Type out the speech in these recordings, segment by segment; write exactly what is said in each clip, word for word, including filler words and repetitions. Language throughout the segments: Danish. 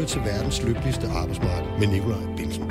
til verdens lykkeligste arbejdsmarked med Nikolaj Bilsen.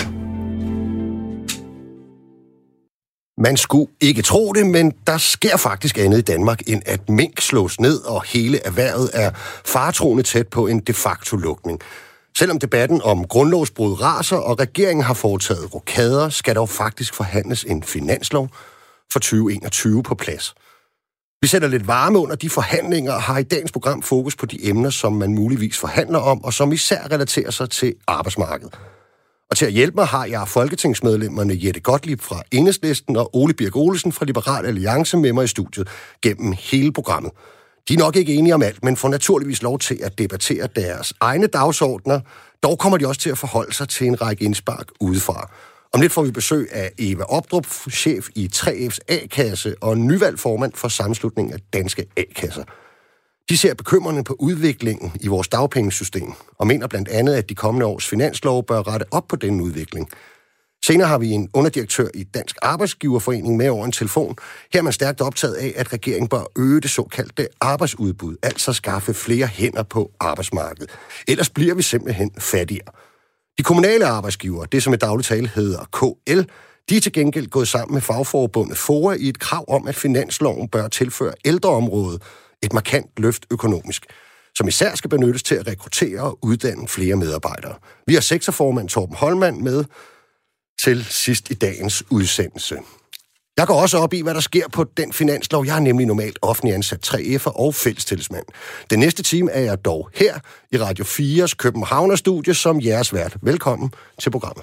Man skulle ikke tro det, men der sker faktisk andet i Danmark, end at mink slås ned, og hele erhvervet er faretroende tæt på en de facto lukning. Selvom debatten om grundlovsbrud raser, og regeringen har foretaget rokader, skal der jo faktisk forhandles en finanslov for tyve enogtyve på plads. Vi sætter lidt varme under de forhandlinger og har i dagens program fokus på de emner, som man muligvis forhandler om, og som især relaterer sig til arbejdsmarkedet. Og til at hjælpe mig har jeg folketingsmedlemmerne Jette Gottlieb fra Enhedslisten og Ole Birk Olesen fra Liberal Alliance med mig i studiet gennem hele programmet. De er nok ikke enige om alt, men får naturligvis lov til at debattere deres egne dagsordner. Dog kommer de også til at forholde sig til en række indspark udefra. Om lidt får vi besøg af Eva Opdrup, chef i tre F's A-kasse og nyvalgt formand for Sammenslutningen af Danske A-kasser. De ser bekymrende på udviklingen i vores dagpengesystem, og mener blandt andet, at de kommende års finanslov bør rette op på den udvikling. Senere har vi en underdirektør i Dansk Arbejdsgiverforening med over en telefon. Her er man stærkt optaget af, at regeringen bør øge det såkaldte arbejdsudbud, altså skaffe flere hænder på arbejdsmarkedet. Ellers bliver vi simpelthen fattigere. De kommunale arbejdsgivere, det som i daglig tale hedder K L, de er til gengæld gået sammen med fagforbundet FOA i et krav om, at finansloven bør tilføre ældreområdet et markant løft økonomisk, som især skal benyttes til at rekruttere og uddanne flere medarbejdere. Vi har sektorformand Torben Holmann med til sidst i dagens udsendelse. Jeg går også op i, hvad der sker på den finanslov. Jeg er nemlig normalt offentlig ansat tre F'er og fællestillidsmand. Den næste time er jeg dog her i Radio fires Københavner-studie som jeres vært. Velkommen til programmet.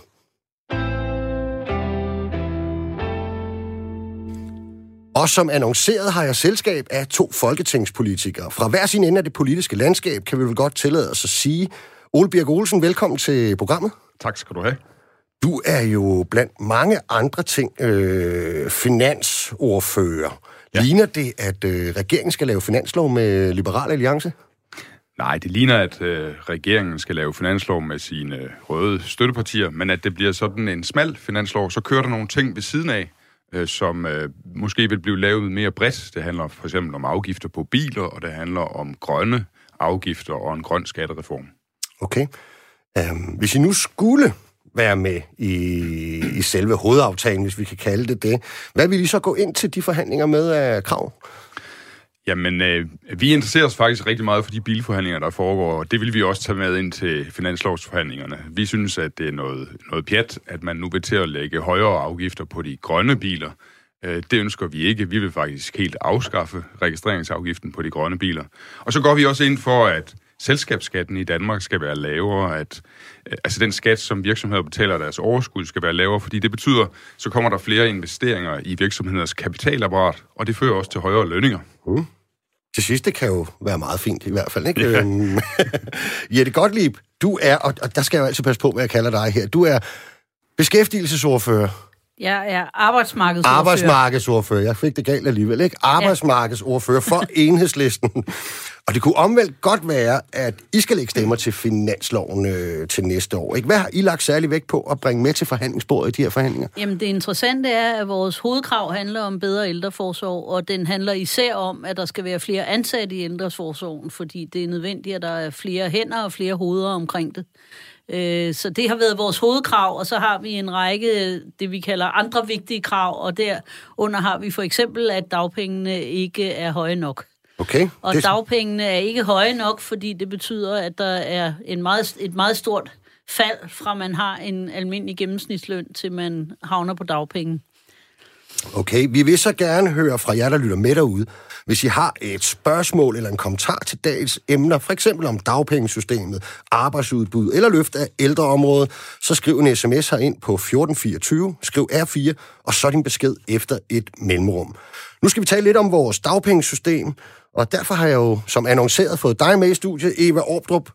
Og som annonceret har jeg selskab af to folketingspolitikere. Fra hver sin ende af det politiske landskab kan vi vel godt tillade os at sige. Ole Birk Olesen, velkommen til programmet. Tak skal du have. Du er jo blandt mange andre ting øh, finansordfører. Ja. Ligner det, at øh, regeringen skal lave finanslov med Liberal Alliance? Nej, det ligner, at øh, regeringen skal lave finanslov med sine røde støttepartier, men at det bliver sådan en smal finanslov, så kører der nogle ting ved siden af, øh, som øh, måske vil blive lavet mere bredt. Det handler for eksempel om afgifter på biler, og det handler om grønne afgifter og en grøn skattereform. Okay. Um, hvis I nu skulle være med i, i selve hovedaftalen, hvis vi kan kalde det det, hvad vil I så gå ind til de forhandlinger med af krav? Jamen, øh, vi interesserer os faktisk rigtig meget for de bilforhandlinger, der foregår, og det vil vi også tage med ind til finanslovsforhandlingerne. Vi synes, at det er noget, noget pjat, at man nu vil til at lægge højere afgifter på de grønne biler. Øh, det ønsker vi ikke. Vi vil faktisk helt afskaffe registreringsafgiften på de grønne biler. Og så går vi også ind for, at selskabsskatten i Danmark skal være lavere, at øh, altså den skat, som virksomheder betaler deres overskud, skal være lavere, fordi det betyder, så kommer der flere investeringer i virksomheders kapitalapparat, og det fører også til højere lønninger. Mm. Det sidste kan jo være meget fint i hvert fald, ikke? Ja. Jette Gottlieb, du er, og der skal jeg jo altid passe på, hvad jeg kalder dig her, du er beskæftigelsesordfører. Jeg er arbejdsmarkedsordfører. Arbejdsmarkedsordfører. Jeg fik det galt alligevel, ikke? Arbejdsmarkedsordfører for Enhedslisten. Og det kunne omvendt godt være, at I skal lægge stemmer til finansloven øh, til næste år, ikke? Hvad har I lagt særlig vægt på at bringe med til forhandlingsbordet i de her forhandlinger? Jamen, det interessante er, at vores hovedkrav handler om bedre ældreforsorg, og den handler især om, at der skal være flere ansatte i ældreforsorgen, fordi det er nødvendigt, at der er flere hænder og flere hoveder omkring det. Så det har været vores hovedkrav, og så har vi en række, det vi kalder andre vigtige krav, og derunder har vi for eksempel, at dagpengene ikke er høje nok. Okay. Og det... dagpengene er ikke høje nok, fordi det betyder, at der er en meget, et meget stort fald fra man har en almindelig gennemsnitsløn, til man havner på dagpenge. Okay, vi vil så gerne høre fra jer, der lytter med derude. Hvis I har et spørgsmål eller en kommentar til dagens emner, for eksempel om dagpengesystemet, arbejdsudbud eller løft af ældreområdet, så skriv en sms her ind på fjorten fireogtyve, skriv R fire, og så din besked efter et mellemrum. Nu skal vi tale lidt om vores dagpengesystem, og derfor har jeg jo som annonceret fået dig med i studiet, Eva Opdrup.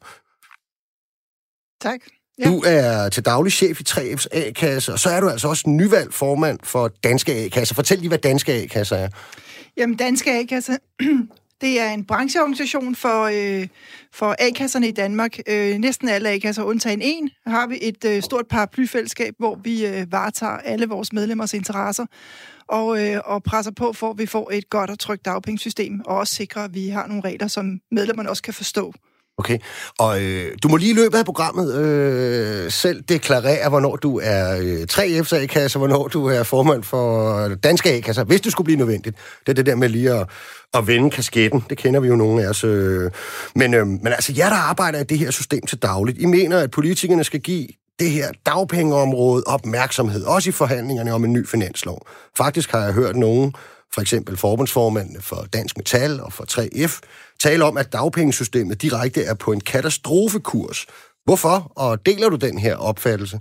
Tak. Ja. Du er til daglig chef i tre F's A-kasse, og så er du altså også nyvalgt formand for Danske A-kasser. Fortæl lige, hvad Danske A-kasser er. Jamen, Danske A-kasser, det er en brancheorganisation for, øh, for A-kasserne i Danmark. Øh, næsten alle A-kasser, undtagen en, har vi et øh, stort paraplyfællesskab, hvor vi øh, varetager alle vores medlemmers interesser og, øh, og presser på for, at vi får et godt og trygt dagpengesystem, og også sikrer, at vi har nogle regler, som medlemmerne også kan forstå. Okay, og øh, du må lige i løbet af programmet øh, selv deklarere, hvornår du er øh, tre F's A-kasse, hvornår du er formand for danske A-kasser, hvis det skulle blive nødvendigt. Det er det der med lige at, at vende kasketten, det kender vi jo nogle af os. Øh. Men, øh, men altså, jer der arbejder i det her system til dagligt, I mener, at politikerne skal give det her dagpengeområde opmærksomhed, også i forhandlingerne om en ny finanslov. Faktisk har jeg hørt nogen, for eksempel forbundsformanden for Dansk Metal og for tre F, tale om, at dagpengesystemet direkte er på en katastrofekurs. Hvorfor? Og deler du den her opfattelse?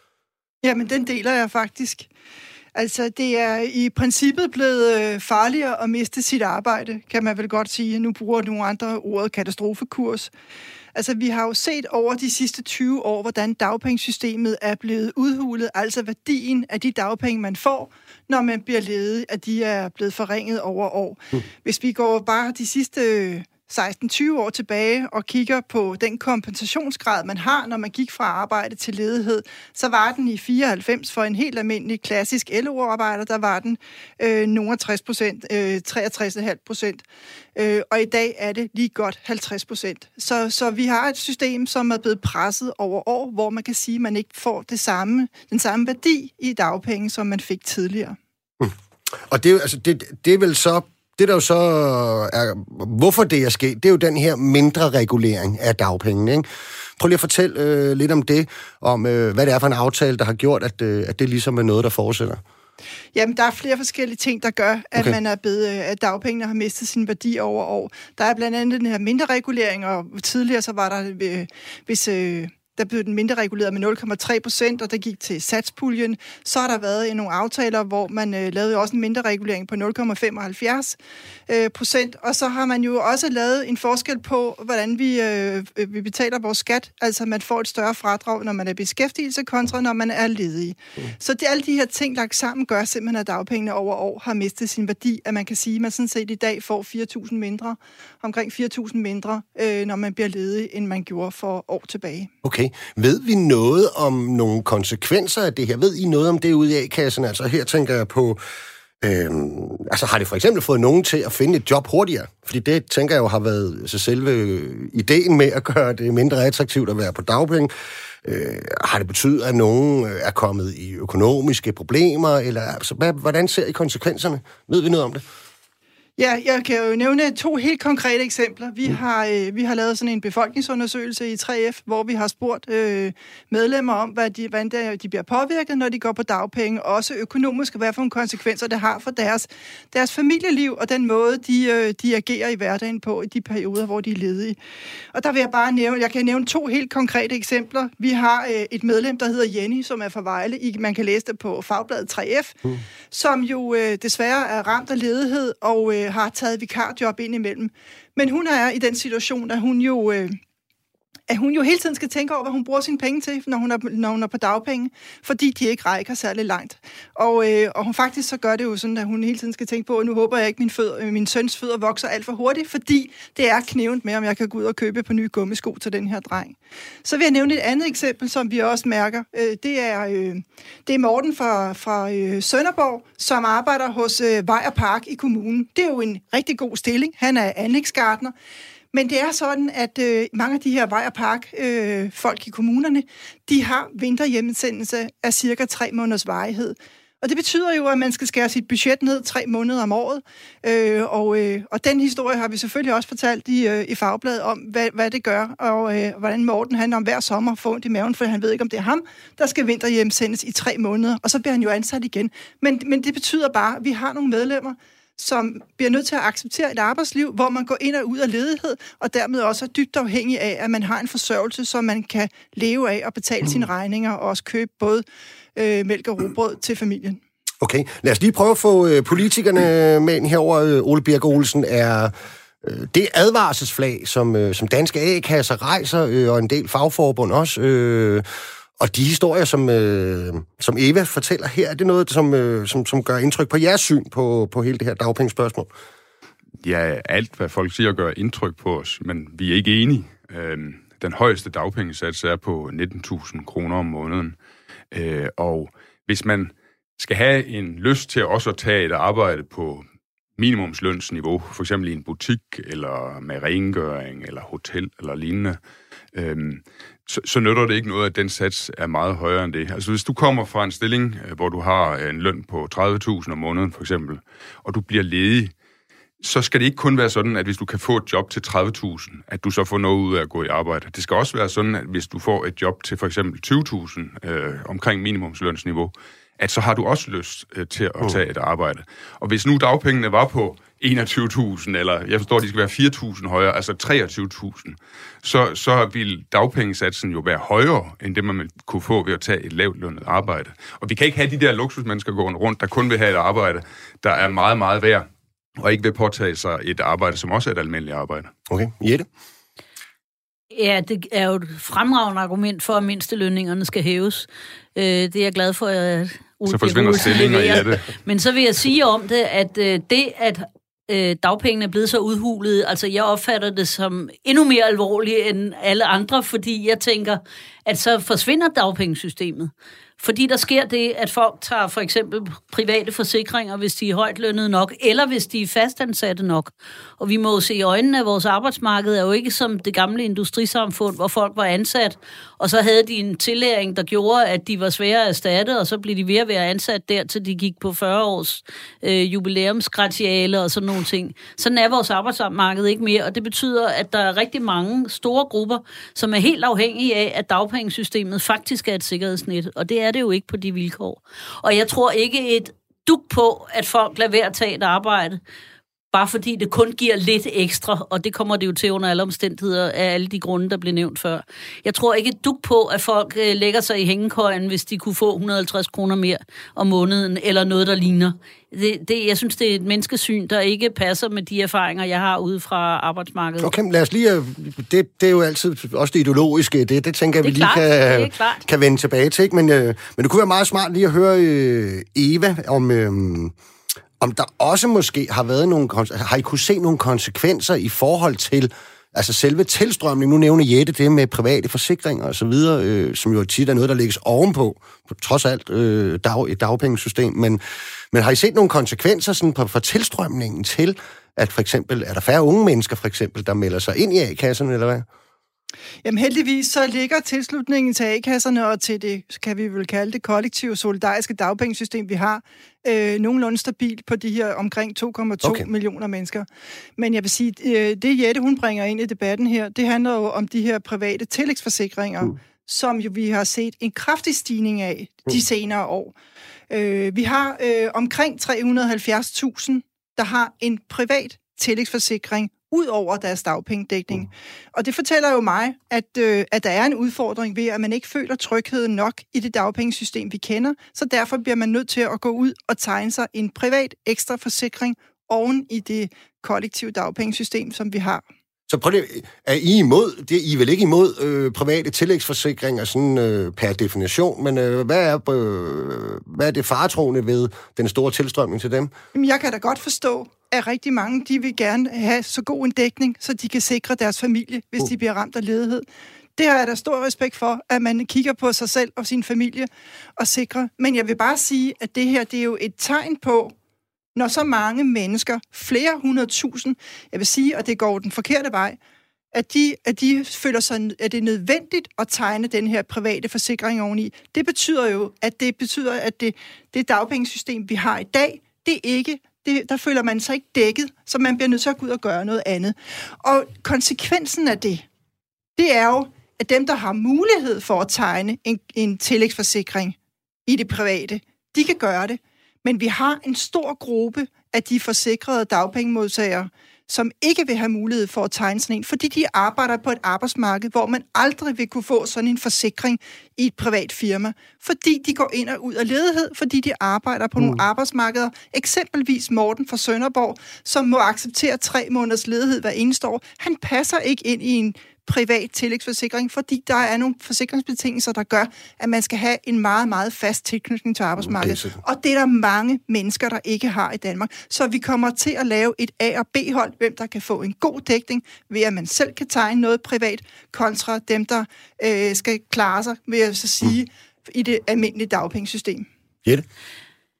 Jamen, den deler jeg faktisk. Altså, det er i princippet blevet farligere at miste sit arbejde, kan man vel godt sige. Nu bruger nogle andre ordet katastrofekurs. Altså, vi har jo set over de sidste tyve år, hvordan dagpengesystemet er blevet udhulet, altså værdien af de dagpenge, man får, når man bliver ledig, at de er blevet forringet over år. Mm. Hvis vi går bare de sidste seksten til tyve år tilbage og kigger på den kompensationsgrad, man har, når man gik fra arbejde til ledighed, så var den i fireoghalvfems for en helt almindelig klassisk L O-arbejder, der var den øh, nogle tres procent, øh, treogtres komma fem procent. Øh, og i dag er det lige godt halvtreds procent. Så, så vi har et system, som er blevet presset over år, hvor man kan sige, at man ikke får det samme, den samme værdi i dagpenge, som man fik tidligere. Mm. Og det er, altså, det, det er vel så Det der jo så er, hvorfor det er sket, det er jo den her mindre regulering af dagpengene, ikke? Prøv lige at fortælle øh, lidt om det, om øh, hvad det er for en aftale, der har gjort, at, øh, at det ligesom er noget, der fortsætter. Jamen, der er flere forskellige ting, der gør, at okay. man er blevet, at dagpengene har mistet sin værdi over år. Der er blandt andet den her mindre regulering, og tidligere så var der, øh, hvis... Øh, der blev den mindre reguleret med nul komma tre procent, og der gik til satspuljen. Så har der været nogle aftaler, hvor man øh, lavede også en mindre regulering på nul komma femoghalvfjerds procent, og så har man jo også lavet en forskel på, hvordan vi, øh, vi betaler vores skat. Altså, man får et større fradrag, når man er beskæftigelse, kontra når man er ledig. Mm. Så det, alle de her ting lagt sammen gør simpelthen, at dagpengene over år har mistet sin værdi, at man kan sige, at man sådan set i dag får fire tusind mindre, omkring fire tusind mindre, øh, når man bliver ledig, end man gjorde for år tilbage. Okay. Ved vi noget om nogle konsekvenser af det her? Ved I noget om det ude i A-kassen? Altså her tænker jeg på, øhm, altså har det for eksempel fået nogen til at finde et job hurtigere? Fordi det tænker jeg jo har været altså selve ideen med at gøre det mindre attraktivt at være på dagpenge. Øh, har det betydet, at nogen er kommet i økonomiske problemer? Eller altså, hvad, hvordan ser I konsekvenserne? Ved vi noget om det? Ja, jeg kan jo nævne to helt konkrete eksempler. Vi har, øh, vi har lavet sådan en befolkningsundersøgelse i tre F, hvor vi har spurgt øh, medlemmer om, hvad de, hvordan de bliver påvirket, når de går på dagpenge, også økonomisk, og hvad for nogle konsekvenser det har for deres, deres familieliv, og den måde, de, øh, de agerer i hverdagen på i de perioder, hvor de er ledige. Og der vil jeg bare nævne, jeg kan nævne to helt konkrete eksempler. Vi har øh, et medlem, der hedder Jenny, som er fra Vejle. I, man kan læse det på Fagbladet tre F, mm. som jo øh, desværre er ramt af ledighed, og øh, har taget vikarjob ind imellem. Men hun er i den situation, at hun jo, øh, at hun jo hele tiden skal tænke over, hvad hun bruger sine penge til, når hun er, når hun er på dagpenge, fordi de ikke rækker særlig langt. Og, øh, og hun faktisk så gør det jo sådan, at hun hele tiden skal tænke på, at nu håber jeg ikke, min, fødder, min søns fødder vokser alt for hurtigt, fordi det er knevent med, om jeg kan gå ud og købe på nye gummisko til den her dreng. Så vil jeg nævne et andet eksempel, som vi også mærker. Øh, det, er, øh, det er Morten fra, fra øh, Sønderborg, som arbejder hos øh, Vej og Park i kommunen. Det er jo en rigtig god stilling. Han er anlægsgartner. Men det er sådan, at øh, mange af de her Vej og Park øh, folk i kommunerne, de har vinterhjemmesendelse af cirka tre måneders varighed. Og det betyder jo, at man skal skære sit budget ned tre måneder om året. Øh, og, øh, og den historie har vi selvfølgelig også fortalt i, øh, i Fagbladet om, hvad, hvad det gør, og øh, hvordan Morten han om hver sommer får ondt i maven, for han ved ikke, om det er ham, der skal vinterhjemsendes i tre måneder, og så bliver han jo ansat igen. Men, men det betyder bare, at vi har nogle medlemmer, som bliver nødt til at acceptere et arbejdsliv, hvor man går ind og ud af ledighed, og dermed også er dybt afhængig af, at man har en forsørgelse, som man kan leve af og betale mm. sine regninger, og også købe både øh, mælk og rugbrød til familien. Okay, lad os lige prøve at få øh, politikerne med ind herover. Øh, Ole Birk Olesen, er øh, det advarselsflag, som, øh, som danske A-kasser rejser, øh, og en del fagforbund også, øh, og de historier, som, øh, som Eva fortæller her, er det noget, som, øh, som, som gør indtryk på jeres syn på, på hele det her dagpengespørgsmål? Ja, alt hvad folk siger gør indtryk på os, men vi er ikke enige. Øh, den højeste dagpengesats er på nitten tusind kroner om måneden. Øh, og hvis man skal have en lyst til også at tage et arbejde på minimumslønsniveau, for eksempel i en butik, eller med rengøring, eller hotel, eller lignende, øhm, så, så nytter det ikke noget, at den sats er meget højere end det. Altså hvis du kommer fra en stilling, hvor du har en løn på tredive tusind om måneden, for eksempel, og du bliver ledig, så skal det ikke kun være sådan, at hvis du kan få et job til tredive tusind, at du så får noget ud af at gå i arbejde. Det skal også være sådan, at hvis du får et job til for eksempel tyve tusind øh, omkring minimumslønsniveau, at så har du også lyst øh, til at tage et arbejde. Og hvis nu dagpengene var på enogtyve tusind, eller jeg forstår, at de skal være fire tusind højere, altså treogtyve tusind, så, så vil dagpengesatsen jo være højere, end det man kunne få ved at tage et lavt lønnet arbejde. Og vi kan ikke have de der luksusmennesker gående rundt, der kun vil have et arbejde, der er meget, meget værd, og ikke vil påtage sig et arbejde, som også er et almindeligt arbejde. Okay. Jette? Ja, det er jo et fremragende argument for, at mindstelønningerne skal hæves. Det er jeg glad for, at Ole Så forsvinder stillinger i det. Men så vil jeg sige om det, at det, at dagpengene er blevet så udhulet, altså jeg opfatter det som endnu mere alvorligt end alle andre, fordi jeg tænker, at så forsvinder dagpengesystemet. Fordi der sker det, at folk tager for eksempel private forsikringer, hvis de er højt lønnet nok, eller hvis de er fastansatte nok. Og vi må jo se i øjnene, at vores arbejdsmarked er jo ikke som det gamle industrisamfund, hvor folk var ansat, og så havde de en tillæring, der gjorde, at de var svære at erstatte, og så blev de ved at være ansat der, til de gik på fyrre års øh, jubilæumsgratiale og sådan nogle ting. Sådan er vores arbejdsmarked ikke mere, og det betyder, at der er rigtig mange store grupper, som er helt afhængige af, at dagpengesystemet faktisk er et sikkerhedsnet, og det er det jo ikke på de vilkår. Og jeg tror ikke et dug på, at folk lader være at tage et arbejde, bare fordi det kun giver lidt ekstra, og det kommer det jo til under alle omstændigheder af alle de grunde, der blev nævnt før. Jeg tror ikke et dug på, at folk øh, lægger sig i hængekøjen, hvis de kunne få et hundrede og halvtreds kroner mere om måneden, eller noget, der ligner. Det, det, jeg synes, det er et menneskesyn, der ikke passer med de erfaringer, jeg har ude fra arbejdsmarkedet. Okay, lad os lige... Det, det er jo altid også det ideologiske, det, det tænker jeg, vi lige kan, kan vende tilbage til. Ikke? Men, øh, men det kunne være meget smart lige at høre øh, Eva om... Øh, om der også måske har været nogle... Har I kunne se nogle konsekvenser i forhold til altså selve tilstrømningen? Nu nævner Jette det med private forsikringer og så videre, øh, som jo tit er noget, der lægges ovenpå, på trods alt øh, dag, et dagpengesystem. Men, men har I set nogle konsekvenser sådan på, for tilstrømningen til, at for eksempel, er der færre unge mennesker for eksempel, der melder sig ind i A-kasserne, eller hvad? Jamen heldigvis så ligger tilslutningen til A-kasserne og til det, kan vi vel kalde det, kollektive solidariske dagpengesystem, vi har, øh, nogenlunde stabilt på de her omkring to komma to okay. millioner mennesker. Men jeg vil sige, øh, det Jette, hun bringer ind i debatten her, det handler jo om de her private tillægsforsikringer, mm. som jo vi har set en kraftig stigning af de mm. senere år. Øh, vi har øh, omkring tre hundrede og halvfjerds tusind, der har en privat tillægsforsikring, ud over deres dagpengedækning. Mm. Og det fortæller jo mig, at, øh, at der er en udfordring ved, at man ikke føler trygheden nok i det dagpengesystem, vi kender, så derfor bliver man nødt til at gå ud og tegne sig en privat ekstra forsikring oven i det kollektive dagpengesystem, som vi har. Så prøv lige, er I imod, det, I er vel ikke imod øh, private tillægsforsikringer sådan øh, per definition, men øh, hvad, er, øh, hvad er det faretroende ved den store tilstrømning til dem? Jamen, jeg kan da godt forstå, at rigtig mange, de vil gerne have så god en dækning, så de kan sikre deres familie, hvis uh. de bliver ramt af ledighed. Det har jeg da stor respekt for, at man kigger på sig selv og sin familie og sikrer. Men jeg vil bare sige, at det her, det er jo et tegn på, når så mange mennesker, flere hundrede tusind, jeg vil sige, og det går den forkerte vej, at de, at de føler sig, at det er nødvendigt at tegne den her private forsikring oveni. Det betyder jo, at det betyder, at det, det dagpengesystem, vi har i dag, det er ikke, det, der føler man sig ikke dækket, så man bliver nødt til at gå ud og gøre noget andet. Og konsekvensen af det, det er jo, at dem, der har mulighed for at tegne en, en tillægsforsikring i det private, de kan gøre det. Men vi har en stor gruppe af de forsikrede dagpengemodtagere, som ikke vil have mulighed for at tegne sådan en, fordi de arbejder på et arbejdsmarked, hvor man aldrig vil kunne få sådan en forsikring i et privat firma, fordi de går ind og ud af ledighed, fordi de arbejder på mm. nogle arbejdsmarkeder. Eksempelvis Morten fra Sønderborg, som må acceptere tre måneders ledighed hver eneste år. Han passer ikke ind i en privat tillægsforsikring, fordi der er nogle forsikringsbetingelser, der gør, at man skal have en meget, meget fast tilknytning til arbejdsmarkedet. Okay, og det er der mange mennesker, der ikke har i Danmark. Så vi kommer til at lave et A- og B-hold, hvem der kan få en god dækning, ved at man selv kan tegne noget privat, kontra dem, der øh, skal klare sig, vil jeg så sige, mm. i det almindelige dagpengesystem. Jette?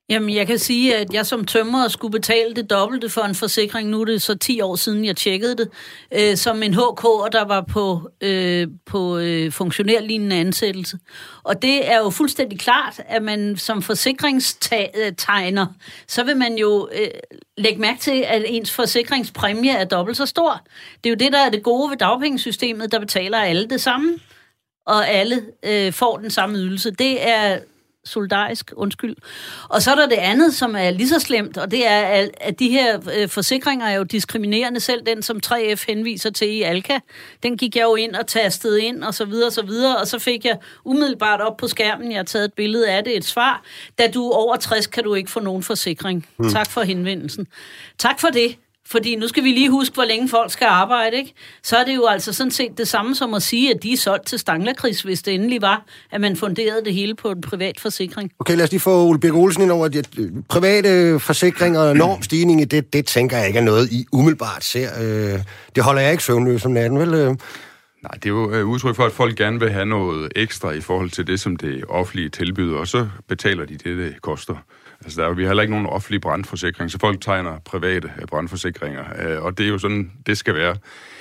Jamen, jeg kan sige, at jeg som tømrer skulle betale det dobbelte for en forsikring. Nu er det så ti år siden, jeg tjekkede det. Øh, som en H K'er, der var på, øh, på øh, funktionærlignende ansættelse. Og det er jo fuldstændig klart, at man som forsikringstegner, så vil man jo øh, lægge mærke til, at ens forsikringspræmie er dobbelt så stor. Det er jo det, der er det gode ved dagpengesystemet, der betaler alle det samme, og alle øh, får den samme ydelse. Det er solidarisk, undskyld. Og så er der det andet, som er lige så slemt, og det er, at de her øh, forsikringer er jo diskriminerende. Selv den, som tre F henviser til i Alka, den gik jeg jo ind og tastede ind, og så videre, og så videre, og så fik jeg umiddelbart op på skærmen, jeg har taget et billede af det, et svar. Da du er over tres, kan du ikke få nogen forsikring. Mm. Tak for henvendelsen. Tak for det. Fordi nu skal vi lige huske, hvor længe folk skal arbejde, ikke? Så er det jo altså sådan set det samme som at sige, at de er solgt til Stanglerkris, hvis det endelig var, at man funderede det hele på en privat forsikring. Okay, lad os lige få Ole Birk Olesen ind over, at private forsikringer og normstigning i det, det tænker jeg ikke er noget, I umiddelbart ser. Det holder jeg ikke søvnløs om natten, vel? Nej, det er jo udtryk for, at folk gerne vil have noget ekstra i forhold til det, som det offentlige tilbyder, og så betaler de det, det koster. Altså, der er, vi har heller ikke nogen offentlige brandforsikring, så folk tegner private brandforsikringer, og det er jo sådan, det skal være.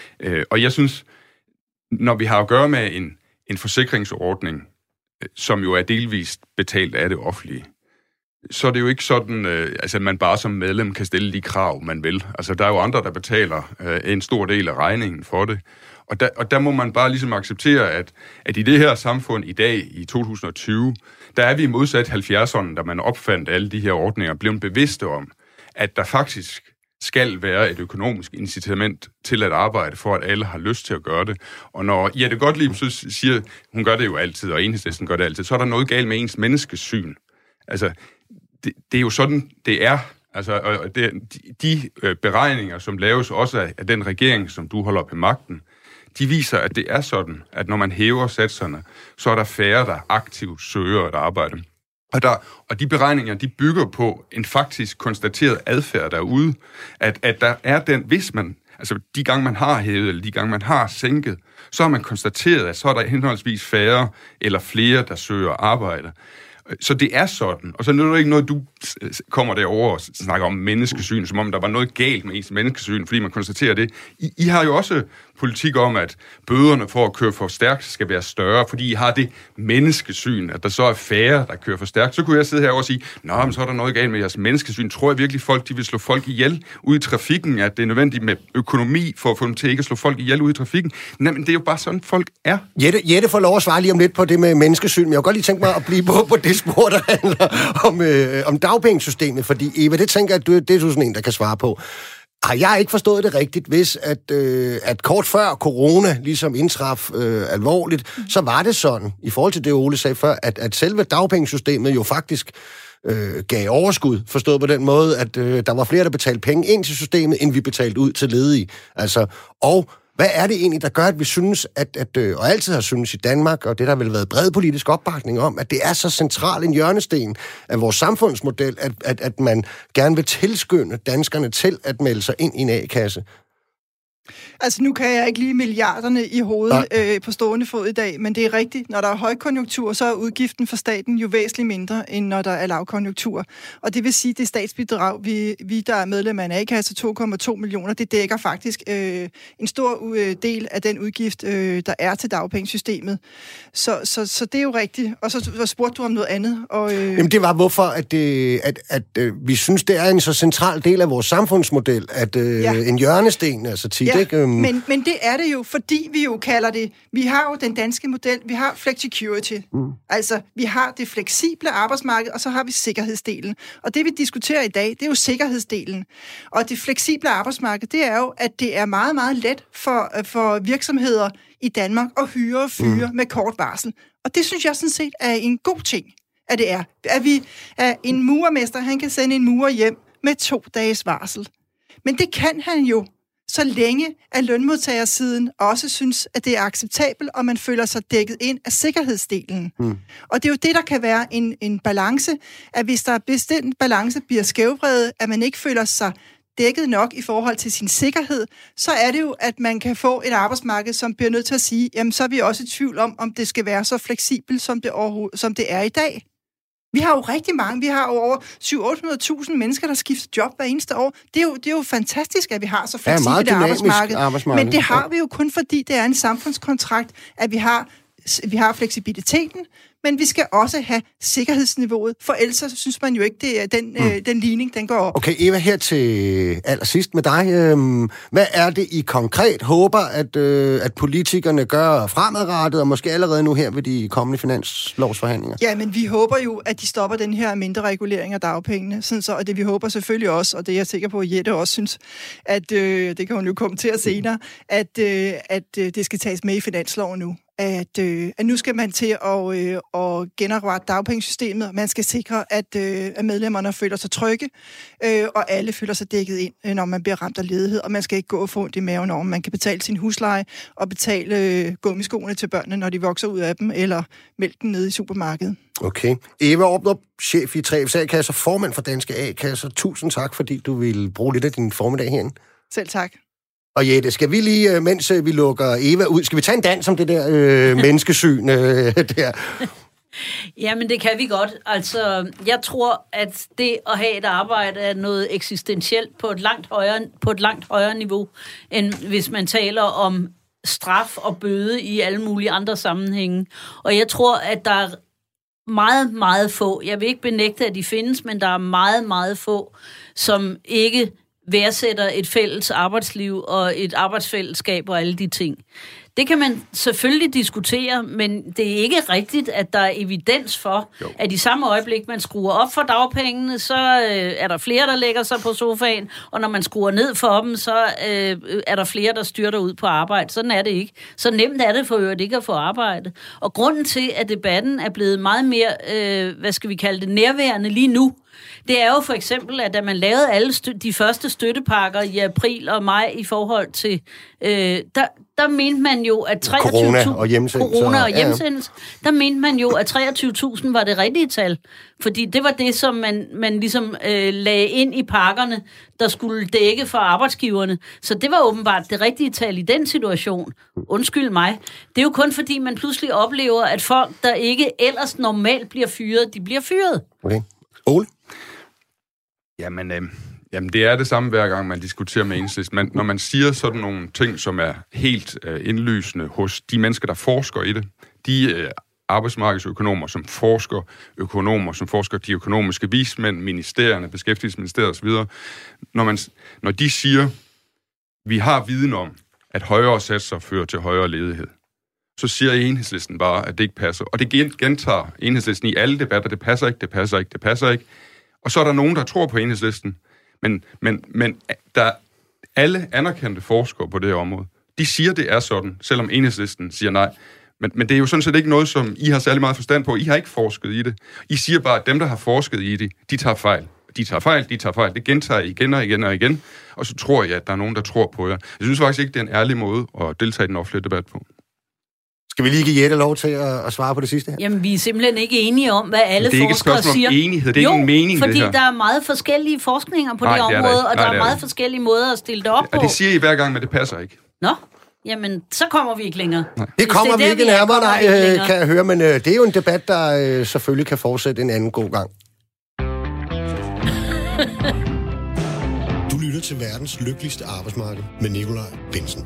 Og jeg synes, når vi har at gøre med en, en forsikringsordning, som jo er delvist betalt af det offentlige, så er det jo ikke sådan, altså, at man bare som medlem kan stille de krav, man vil. Altså, der er jo andre, der betaler en stor del af regningen for det. Og der, og der må man bare ligesom acceptere, at, at i det her samfund i dag, i to tusind og tyve, der er vi modsat halvfjerdserne, da man opfandt alle de her ordninger, blevet bevidste om, at der faktisk skal være et økonomisk incitament til at arbejde, for at alle har lyst til at gøre det. Og når Jette Gottlieb så siger, hun gør det jo altid, og Enhedslisten gør det altid, så er der noget galt med ens menneskesyn. Altså, det, det er jo sådan, det er. Altså, og det, de, de beregninger, som laves også af, af den regering, som du holder op i magten, de viser, at det er sådan, at når man hæver satserne, så er der færre, der aktivt søger at arbejde. Og, der, og de beregninger, de bygger på en faktisk konstateret adfærd derude, at, at der er den, hvis man, altså de gange man har hævet, eller de gange man har sænket, så har man konstateret, at så er der henholdsvis færre eller flere, der søger arbejde. Så det er sådan, og så er det ikke noget, du kommer derover og snakker om menneskesyn, som om der var noget galt med ens menneskesyn, fordi man konstaterer det. I, I har jo også politik om, at bøderne for at køre for stærkt skal være større, fordi I har det menneskesyn, at der så er færre, der kører for stærkt. Så kunne jeg sidde her og sige, nå, men så er der noget galt med jeres menneskesyn. Tror jeg virkelig, folk de vil slå folk ihjel ude i trafikken, at det er nødvendigt med økonomi for at få dem til ikke at slå folk ihjel ude i trafikken? Nej, men det er jo bare sådan, folk er. Jette, Jette får lov at svare lige om lidt på det med menneskesyn, men jeg kunne godt lige tænke mig at blive på, på det spor, der handler om, øh, om dagpengesystemet, fordi Eva, det tænker jeg, at det er du sådan en, der kan svare på. Har jeg ikke forstået det rigtigt, hvis at, øh, at kort før corona ligesom indtraf øh, alvorligt, så var det sådan, i forhold til det, Ole sagde før, at, at selve dagpengesystemet jo faktisk øh, gav overskud, forstået på den måde, at øh, der var flere, der betalte penge ind til systemet, end vi betalte ud til ledige. Altså, og hvad er det egentlig, der gør, at vi synes, at, at, og altid har synes i Danmark, og det der har vel været bred politisk opbakning om, at det er så central en hjørnesten af vores samfundsmodel, at, at, at man gerne vil tilskynde danskerne til at melde sig ind i en A-kasse? Altså, nu kan jeg ikke lige milliarderne i hovedet øh, på stående fod i dag, men det er rigtigt. Når der er højkonjunktur, så er udgiften for staten jo væsentligt mindre, end når der er lavkonjunktur. Og det vil sige, at det statsbidrag, vi, vi der er medlem af en A-kasse, to komma to millioner, det dækker faktisk øh, en stor øh, del af den udgift, øh, der er til dagpengesystemet. Så, så, så det er jo rigtigt. Og så, så spurgte du om noget andet. Og, øh... Jamen, det var hvorfor, at, det, at, at, at vi synes, det er en så central del af vores samfundsmodel, at øh, ja. en hjørnesten, altså tit, ja. ikke? Men, men det er det jo, fordi vi jo kalder det, vi har jo den danske model, vi har flexicurity, mm. altså vi har det fleksible arbejdsmarked, og så har vi sikkerhedsdelen. Og det vi diskuterer i dag, det er jo sikkerhedsdelen. Og det fleksible arbejdsmarked, det er jo, at det er meget, meget let for, for virksomheder i Danmark at hyre og fyre mm. med kort varsel. Og det synes jeg sådan set er en god ting, at det er. At vi er en murermester, han kan sende en murer hjem med to dages varsel. Men det kan han jo, så længe at lønmodtagersiden også synes, at det er acceptabelt, og man føler sig dækket ind af sikkerhedsdelen. Mm. Og det er jo det, der kan være en, en balance, at hvis, der, hvis den balance bliver skævvredet, at man ikke føler sig dækket nok i forhold til sin sikkerhed, så er det jo, at man kan få et arbejdsmarked, som bliver nødt til at sige, jamen så er vi også i tvivl om, om det skal være så fleksibelt, som det, overho- som det er i dag. Vi har jo rigtig mange. Vi har jo over syv hundrede til otte hundrede tusind mennesker, der skifter job hver eneste år. Det er jo, det er jo fantastisk, at vi har så fleksibelt ja, arbejdsmarked. arbejdsmarked. Men det har vi jo kun, fordi det er en samfundskontrakt, at vi har, vi har fleksibiliteten, men vi skal også have sikkerhedsniveauet, for ellers så synes man jo ikke, det er den, mm. øh, den ligning, den går op. Okay, Eva, her til allersidst med dig. Øhm, hvad er det, I konkret håber, at, øh, at politikerne gør fremadrettet, og måske allerede nu her ved de kommende finanslovsforhandlinger? Ja, men vi håber jo, at de stopper den her mindre regulering af dagpengene, sådan så, og det vi håber selvfølgelig også, og det er jeg sikker på, at Jette også synes, at øh, det kan hun jo kommentere senere, at, øh, at øh, det skal tages med i finansloven nu. At, øh, at nu skal man til at, øh, at genoprette dagpengesystemet. Man skal sikre, at, øh, at medlemmerne føler sig trygge, øh, og alle føler sig dækket ind, øh, når man bliver ramt af ledighed, og man skal ikke gå og få ondt i maven over, man kan betale sin husleje og betale øh, gummiskoene til børnene, når de vokser ud af dem, eller mælken nede i supermarkedet. Okay. Eva Ordrup, chef i tre F's A-kasser, formand for Danske A-kasser. Tusind tak, fordi du ville bruge lidt af din formiddag herinde. Selv tak. Og Jette, skal vi lige, mens vi lukker Eva ud, skal vi tage en dans om det der øh, menneskesyn øh, der? Jamen, det kan vi godt. Altså, jeg tror, at det at have et arbejde er noget eksistentielt på et langt højere, på et langt højere niveau, end hvis man taler om straf og bøde i alle mulige andre sammenhænge. Og jeg tror, at der er meget, meget få, jeg vil ikke benægte, at de findes, men der er meget, meget få, som ikke værdsætter et fælles arbejdsliv og et arbejdsfællesskab og alle de ting. Det kan man selvfølgelig diskutere, men det er ikke rigtigt, at der er evidens for, jo. At i samme øjeblik, man skruer op for dagpengene, så øh, er der flere, der lægger sig på sofaen, og når man skruer ned for dem, så øh, er der flere, der styrter ud på arbejde. Sådan er det ikke. Så nemt er det for øvrigt ikke at få arbejde. Og grunden til, at debatten er blevet meget mere, øh, hvad skal vi kalde det, nærværende lige nu, det er jo for eksempel, at da man lavede alle stø- de første støttepakker i april og maj i forhold til, øh, der, der mente man jo, at treogtyve tusind... Corona og hjemsendelse. Corona og hjemsendelse. Ja. Der mente man jo, at treogtyve tusind var det rigtige tal. Fordi det var det, som man, man ligesom øh, lagde ind i pakkerne, der skulle dække for arbejdsgiverne. Så det var åbenbart det rigtige tal i den situation. Undskyld mig. Det er jo kun fordi, man pludselig oplever, at folk, der ikke ellers normalt bliver fyret, de bliver fyret. Okay. Ole? Jamen, øh, jamen, det er det samme hver gang, man diskuterer med Enhedslisten. Man, når man siger sådan nogle ting, som er helt øh, indlysende hos de mennesker, der forsker i det, de øh, arbejdsmarkedsøkonomer, som forsker, økonomer, som forsker de økonomiske vismænd, ministerierne, beskæftigelsesministeriet osv., når, man, når de siger, vi har viden om, at højere satser fører til højere ledighed, så siger Enhedslisten bare, at det ikke passer. Og det gentager Enhedslisten i alle debatter, det passer ikke, det passer ikke, det passer ikke. Og så er der nogen, der tror på Enhedslisten, men, men, men der alle anerkendte forskere på det her område, de siger, det er sådan, selvom Enhedslisten siger nej. Men, men det er jo sådan set ikke noget, som I har særlig meget forstand på. I har ikke forsket i det. I siger bare, at dem, der har forsket i det, de tager fejl. De tager fejl, de tager fejl. Det gentager I igen og igen og igen. Og så tror jeg, at der er nogen, der tror på jer. Jeg synes faktisk ikke, det er en ærlig måde at deltage i den offentlige debat på. Skal vi lige give Jette lov til at, at svare på det sidste her? Jamen, vi er simpelthen ikke enige om, hvad alle forskere siger. Det er ikke et spørgsmål om enighed, det er jo, ikke en mening, fordi det her. der er meget forskellige forskninger på Nej, det det område, der og Nej, der er, er meget det. forskellige måder at stille det op på. Og det siger I hver gang, men det passer ikke. Nå, jamen, så kommer vi ikke længere. Nej. Det kommer det vi ikke nærmere, nej, kan jeg høre, men øh, det er jo en debat, der øh, selvfølgelig kan fortsætte en anden god gang. Du lytter til verdens lykkeligste arbejdsmarked med Nikolaj Bensen.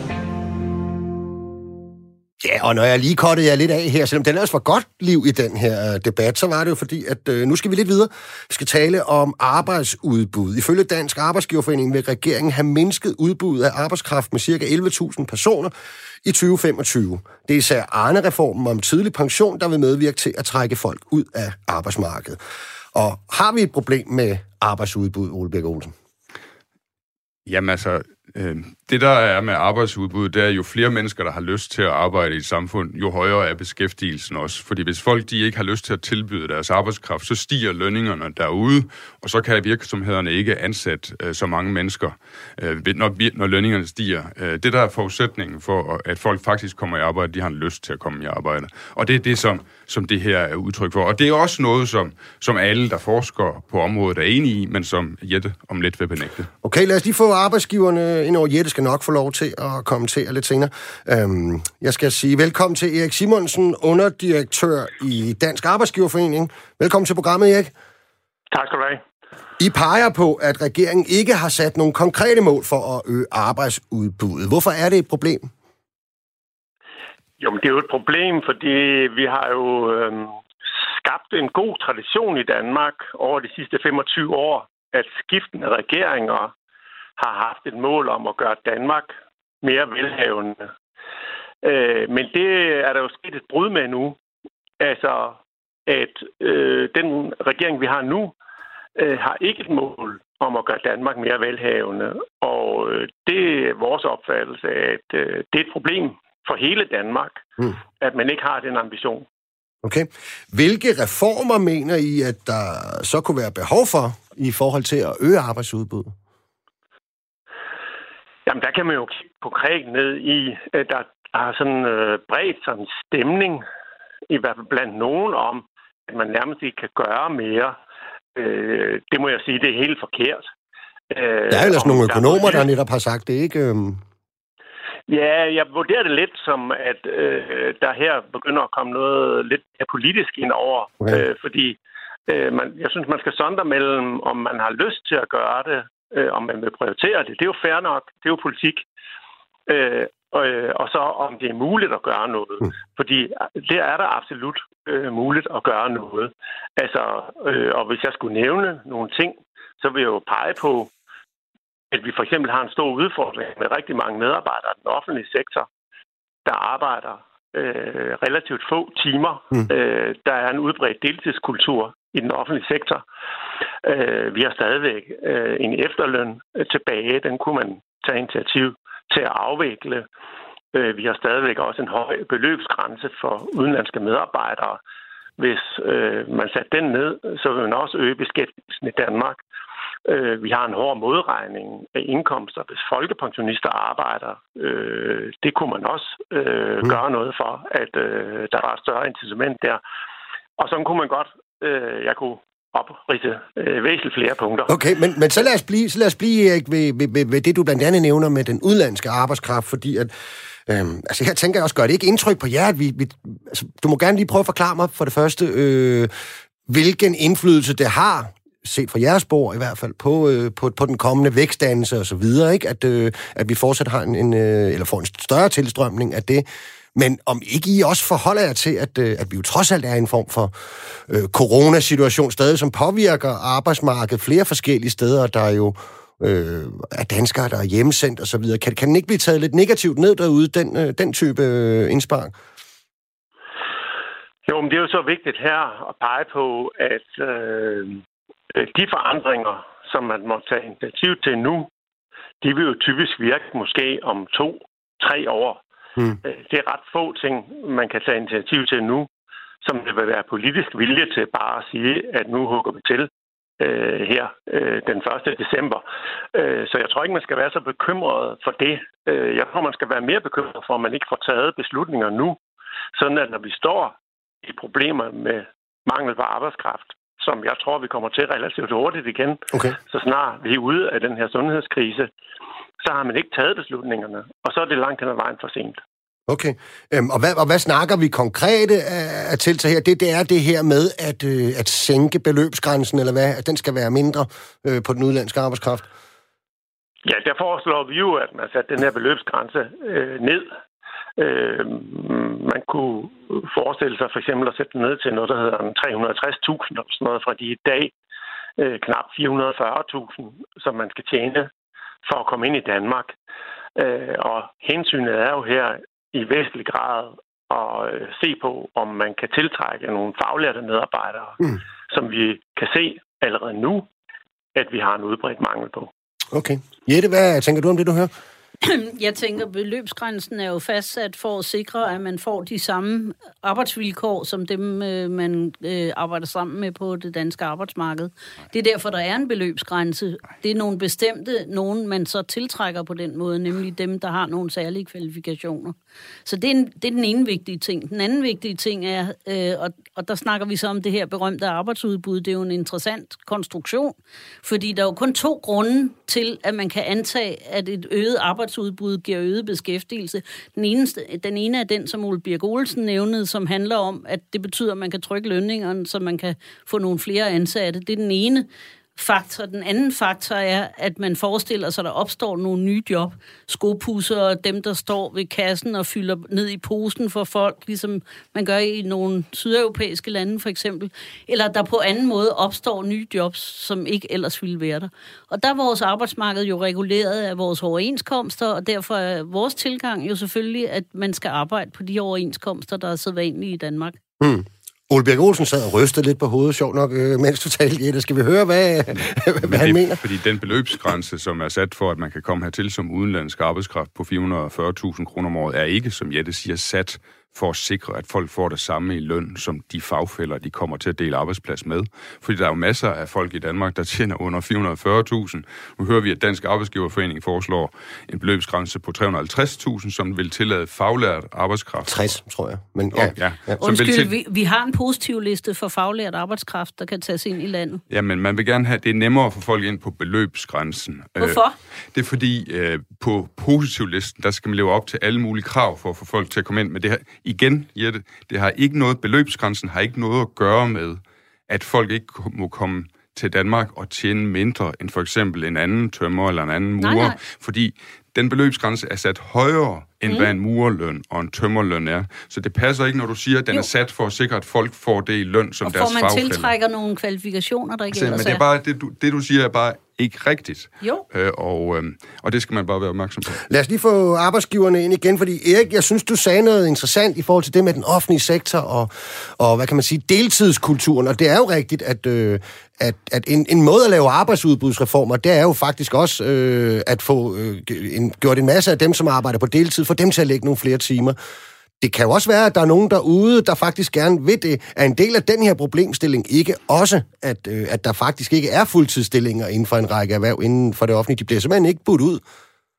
Ja, og når jeg lige kottede jer lidt af her, selvom den ellers var godt liv i den her debat, så var det jo fordi, at øh, nu skal vi lidt videre. Vi skal tale om arbejdsudbud. Ifølge Dansk Arbejdsgiverforening vil regeringen have mindsket udbuddet af arbejdskraft med ca. elleve tusind personer i tyve femogtyve. Det er især Arne-reformen om tidlig pension, der vil medvirke til at trække folk ud af arbejdsmarkedet. Og har vi et problem med arbejdsudbud, Ole Birk Olesen? Jamen altså, øh, det der er med arbejdsudbud, det er jo flere mennesker, der har lyst til at arbejde i et samfund, jo højere er beskæftigelsen også. Fordi hvis folk de ikke har lyst til at tilbyde deres arbejdskraft, så stiger lønningerne derude, og så kan virksomhederne ikke ansætte øh, så mange mennesker, øh, når, når lønningerne stiger. Øh, det der er forudsætningen for, at folk faktisk kommer i arbejde, de har en lyst til at komme i arbejde. Og det er det, som, som det her er udtryk for. Og det er også noget, som, som alle, der forsker på området, er enige i, men som Jette om lidt vil benægte. Okay, lad os lige få arbejdsgiverne ind over. Jette skal nok få lov til at kommentere lidt senere. Øhm, jeg skal sige velkommen til Erik Simonsen, underdirektør i Dansk Arbejdsgiverforening. Velkommen til programmet, Erik. Tak skal du have. I peger på, at regeringen ikke har sat nogle konkrete mål for at øge arbejdsudbuddet. Hvorfor er det et problem? Jo, men det er jo et problem, fordi vi har jo øhm, skabt en god tradition i Danmark over de sidste femogtyve år, at skiftende regeringer har haft et mål om at gøre Danmark mere velhavende. Øh, men det er der jo sket et brud med nu. Altså, at øh, den regering, vi har nu, øh, har ikke et mål om at gøre Danmark mere velhavende. Og øh, det er vores opfattelse, at øh, det er et problem for hele Danmark, mm. at man ikke har den ambition. Okay. Hvilke reformer mener I, at der så kunne være behov for i forhold til at øge arbejdsudbuddet? Jamen, der kan man jo kigge konkret ned i, at der har sådan øh, bredt sådan en stemning, i hvert fald blandt nogen, om, at man nærmest ikke kan gøre mere. Øh, det må jeg sige, det er helt forkert. Øh, der er ellers nogle økonomer, der, der netop har sagt det, ikke? Ja, jeg vurderer det lidt som, at øh, der her begynder at komme noget lidt mere politisk ind over. Okay. Øh, fordi øh, man, jeg synes, man skal sondre mellem, om man har lyst til at gøre det, øh, om man vil prioritere det. Det er jo fair nok. Det er jo politik. Øh, og, og så om det er muligt at gøre noget. Mm. Fordi det er der absolut øh, muligt at gøre noget. Altså, øh, og hvis jeg skulle nævne nogle ting, så vil jeg jo pege på, at vi for eksempel har en stor udfordring med rigtig mange medarbejdere i den offentlige sektor, der arbejder øh, relativt få timer. Mm. Øh, der er en udbredt deltidskultur i den offentlige sektor. Øh, vi har stadigvæk øh, en efterløn tilbage. Den kunne man tage initiativ til at afvikle. Øh, vi har stadigvæk også en høj beløbsgrænse for udenlandske medarbejdere. Hvis øh, man satte den ned, så vil man også øge beskæftigelsen i Danmark. Øh, vi har en hård modregning af indkomster, hvis folkepensionister arbejder. Øh, det kunne man også øh, mm. gøre noget for, at øh, der var et større incitament der. Og så kunne man godt, øh, jeg kunne opridse øh, væsentligt flere punkter. Okay, men, men så lad os blive, så lad os blive Erik, ved, ved, ved det, du blandt andet nævner med den udenlandske arbejdskraft, fordi at Øhm, altså her tænker jeg også, gør det ikke indtryk på jer, at vi, vi altså, du må gerne lige prøve at forklare mig for det første, øh, hvilken indflydelse det har, set fra jeres bord i hvert fald, på, øh, på, på den kommende vækstdannelse og så videre, ikke? At, øh, at vi fortsat har en, en øh, eller får en større tilstrømning af det. Men om ikke I også forholder jer til, at, øh, at vi jo trods alt er i en form for øh, coronasituation stadig, som påvirker arbejdsmarkedet flere forskellige steder, der er jo øh, af danskere, der er hjemmesendt og så videre. Kan, kan den ikke blive taget lidt negativt ned derude, den, øh, den type øh, indspark? Jo, men det er jo så vigtigt her at pege på, at øh, de forandringer, som man må tage initiativ til nu, de vil jo typisk virke måske om to, tre år. Mm. Det er ret få ting, man kan tage initiativ til nu, som det vil være politisk vilje til bare at sige, at nu hugger vi til øh, her øh, den første december. Øh, så jeg tror ikke, man skal være så bekymret for det. Øh, jeg tror, man skal være mere bekymret for, at man ikke får taget beslutninger nu, sådan at når vi står i problemer med mangel på arbejdskraft, som jeg tror, vi kommer til relativt hurtigt igen, okay. Så snart vi er ude af den her sundhedskrise, så har man ikke taget beslutningerne, og så er det langt hen ad vejen for sent. Okay. Øhm, og, hvad, og hvad snakker vi konkrete af, af tiltag her? Det, det er det her med at, øh, at sænke beløbsgrænsen, eller hvad? At den skal være mindre øh, på den udenlandske arbejdskraft? Ja, der foreslår vi jo, at man sætter den her beløbsgrænse øh, ned. Øh, man kunne forestille sig for eksempel at sætte den ned til noget, der hedder tre hundrede og tres tusind, eller sådan noget, fra de i dag øh, knap fire hundrede og fyrre tusind, som man skal tjene for at komme ind i Danmark. Øh, og hensynet er jo her i væsentlig grad at øh, se på, om man kan tiltrække nogle faglærte medarbejdere, mm. som vi kan se allerede nu, at vi har en udbredt mangel på. Okay. Jette, hvad tænker du om det, du hører? Jeg tænker, beløbsgrænsen er jo fastsat for at sikre, at man får de samme arbejdsvilkår, som dem, man arbejder sammen med på det danske arbejdsmarked. Det er derfor, der er en beløbsgrænse. Det er nogle bestemte, nogen man så tiltrækker på den måde, nemlig dem, der har nogle særlige kvalifikationer. Så det er, en, det er den ene vigtige ting. Den anden vigtige ting er, øh, og, og der snakker vi så om det her berømte arbejdsudbud, det er jo en interessant konstruktion, fordi der er jo kun to grunde til, at man kan antage, at et øget arbejdsudbud giver øget beskæftigelse. Den, eneste, den ene er den, som Ole Birk Olesen nævnede, som handler om, at det betyder, at man kan trykke lønningerne, så man kan få nogle flere ansatte. Det er den ene faktor. Den anden faktor er, at man forestiller sig, at der opstår nogle nye job. Skopusser, dem der står ved kassen og fylder ned i posen for folk, ligesom man gør i nogle sydeuropæiske lande for eksempel. Eller der på anden måde opstår nye jobs, som ikke ellers ville være der. Og der er vores arbejdsmarked jo reguleret af vores overenskomster, og derfor er vores tilgang jo selvfølgelig, at man skal arbejde på de overenskomster, der er sædvanlige i Danmark. Hmm. Ole Birk Olesen sad og rystede lidt på hovedet, sjovt nok, øh, mens du talte. Ja, skal vi høre, hvad, hvad han det, mener? Fordi den beløbsgrænse, som er sat for, at man kan komme hertil som udenlandsk arbejdskraft på fire hundrede og fyrre tusind kroner om året, er ikke, som Jette siger, sat for at sikre, at folk får det samme i løn, som de fagfæller, de kommer til at dele arbejdsplads med. Fordi der er jo masser af folk i Danmark, der tjener under fire hundrede og fyrre tusind. Nu hører vi, at Dansk Arbejdsgiverforening foreslår en beløbsgrænse på tre hundrede og halvtreds tusind, som vil tillade faglært arbejdskraft. tres, tror jeg. Men, ja. Ja. Ja. Undskyld, til... vi, vi har en positiv liste for faglært arbejdskraft, der kan tages ind i landet. Ja, men man vil gerne have, det er nemmere for folk ind på beløbsgrænsen. Hvorfor? Øh, det er fordi, øh, på positivlisten, der skal man leve op til alle mulige krav for at få folk til at komme ind. Men det her, igen, Jette, det har ikke noget, beløbsgrænsen har ikke noget at gøre med, at folk ikke må komme til Danmark og tjene mindre end for eksempel en anden tømrer eller en anden murer. Nej, nej. Fordi den beløbsgrænse er sat højere, end mm. hvad en murerløn og en tømmerløn er. Så det passer ikke, når du siger, at den jo. er sat for at sikre, at folk får det i løn som og deres fagfæller. Og får man tiltrækker nogle kvalifikationer, der ikke altså, ellers men det er. Bare, det, du, det, du siger, er bare ikke rigtigt. Jo. Øh, og, øh, og det skal man bare være opmærksom på. Lad os lige få arbejdsgiverne ind igen, fordi Erik, jeg synes, du sagde noget interessant i forhold til det med den offentlige sektor og, og hvad kan man sige, deltidskulturen. Og det er jo rigtigt, at, øh, at, at en, en måde at lave arbejdsudbudsreformer, det er jo faktisk også øh, at få øh, en, gjort en masse af dem, som arbejder på deltid, for dem til at lægge nogle flere timer. Det kan jo også være, at der er nogen derude, der faktisk gerne vil det. Er en del af den her problemstilling ikke også, at, øh, at der faktisk ikke er fuldtidsstillinger inden for en række erhverv inden for det offentlige? De bliver simpelthen ikke budt ud.